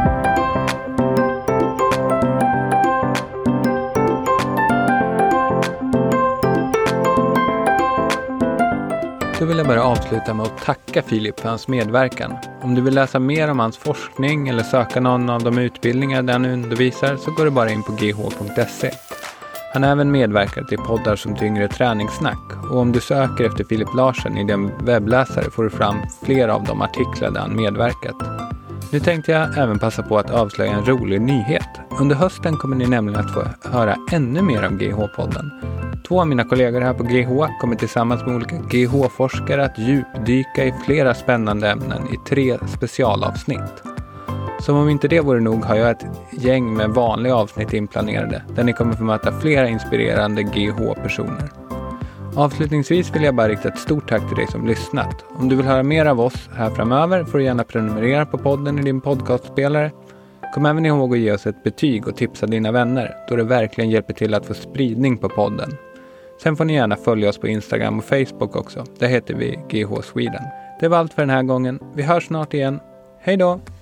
Då vill jag bara avsluta med att tacka Filip för hans medverkan. Om du vill läsa mer om hans forskning eller söka någon av de utbildningar där han undervisar, så går du bara in på gh.se. Han har även medverkat i poddar som Tyngre träningssnack, och om du söker efter Filip Larsen i din webbläsare får du fram flera av de artiklar där han medverkat. Nu tänkte jag även passa på att avslöja en rolig nyhet. Under hösten kommer ni nämligen att få höra ännu mer om GH-podden. 2 av mina kollegor här på GH kommer tillsammans med olika GH-forskare att djupdyka i flera spännande ämnen i 3 specialavsnitt. Som om inte det vore nog har jag ett gäng med vanliga avsnitt inplanerade där ni kommer få möta flera inspirerande GH-personer. Avslutningsvis vill jag bara rikta ett stort tack till dig som lyssnat. Om du vill höra mer av oss här framöver får du gärna prenumerera på podden i din podcastspelare. Kom även ihåg att ge oss ett betyg och tipsa dina vänner, då det verkligen hjälper till att få spridning på podden. Sen får ni gärna följa oss på Instagram och Facebook också. Där heter vi GH Sweden. Det var allt för den här gången. Vi hörs snart igen. Hej då!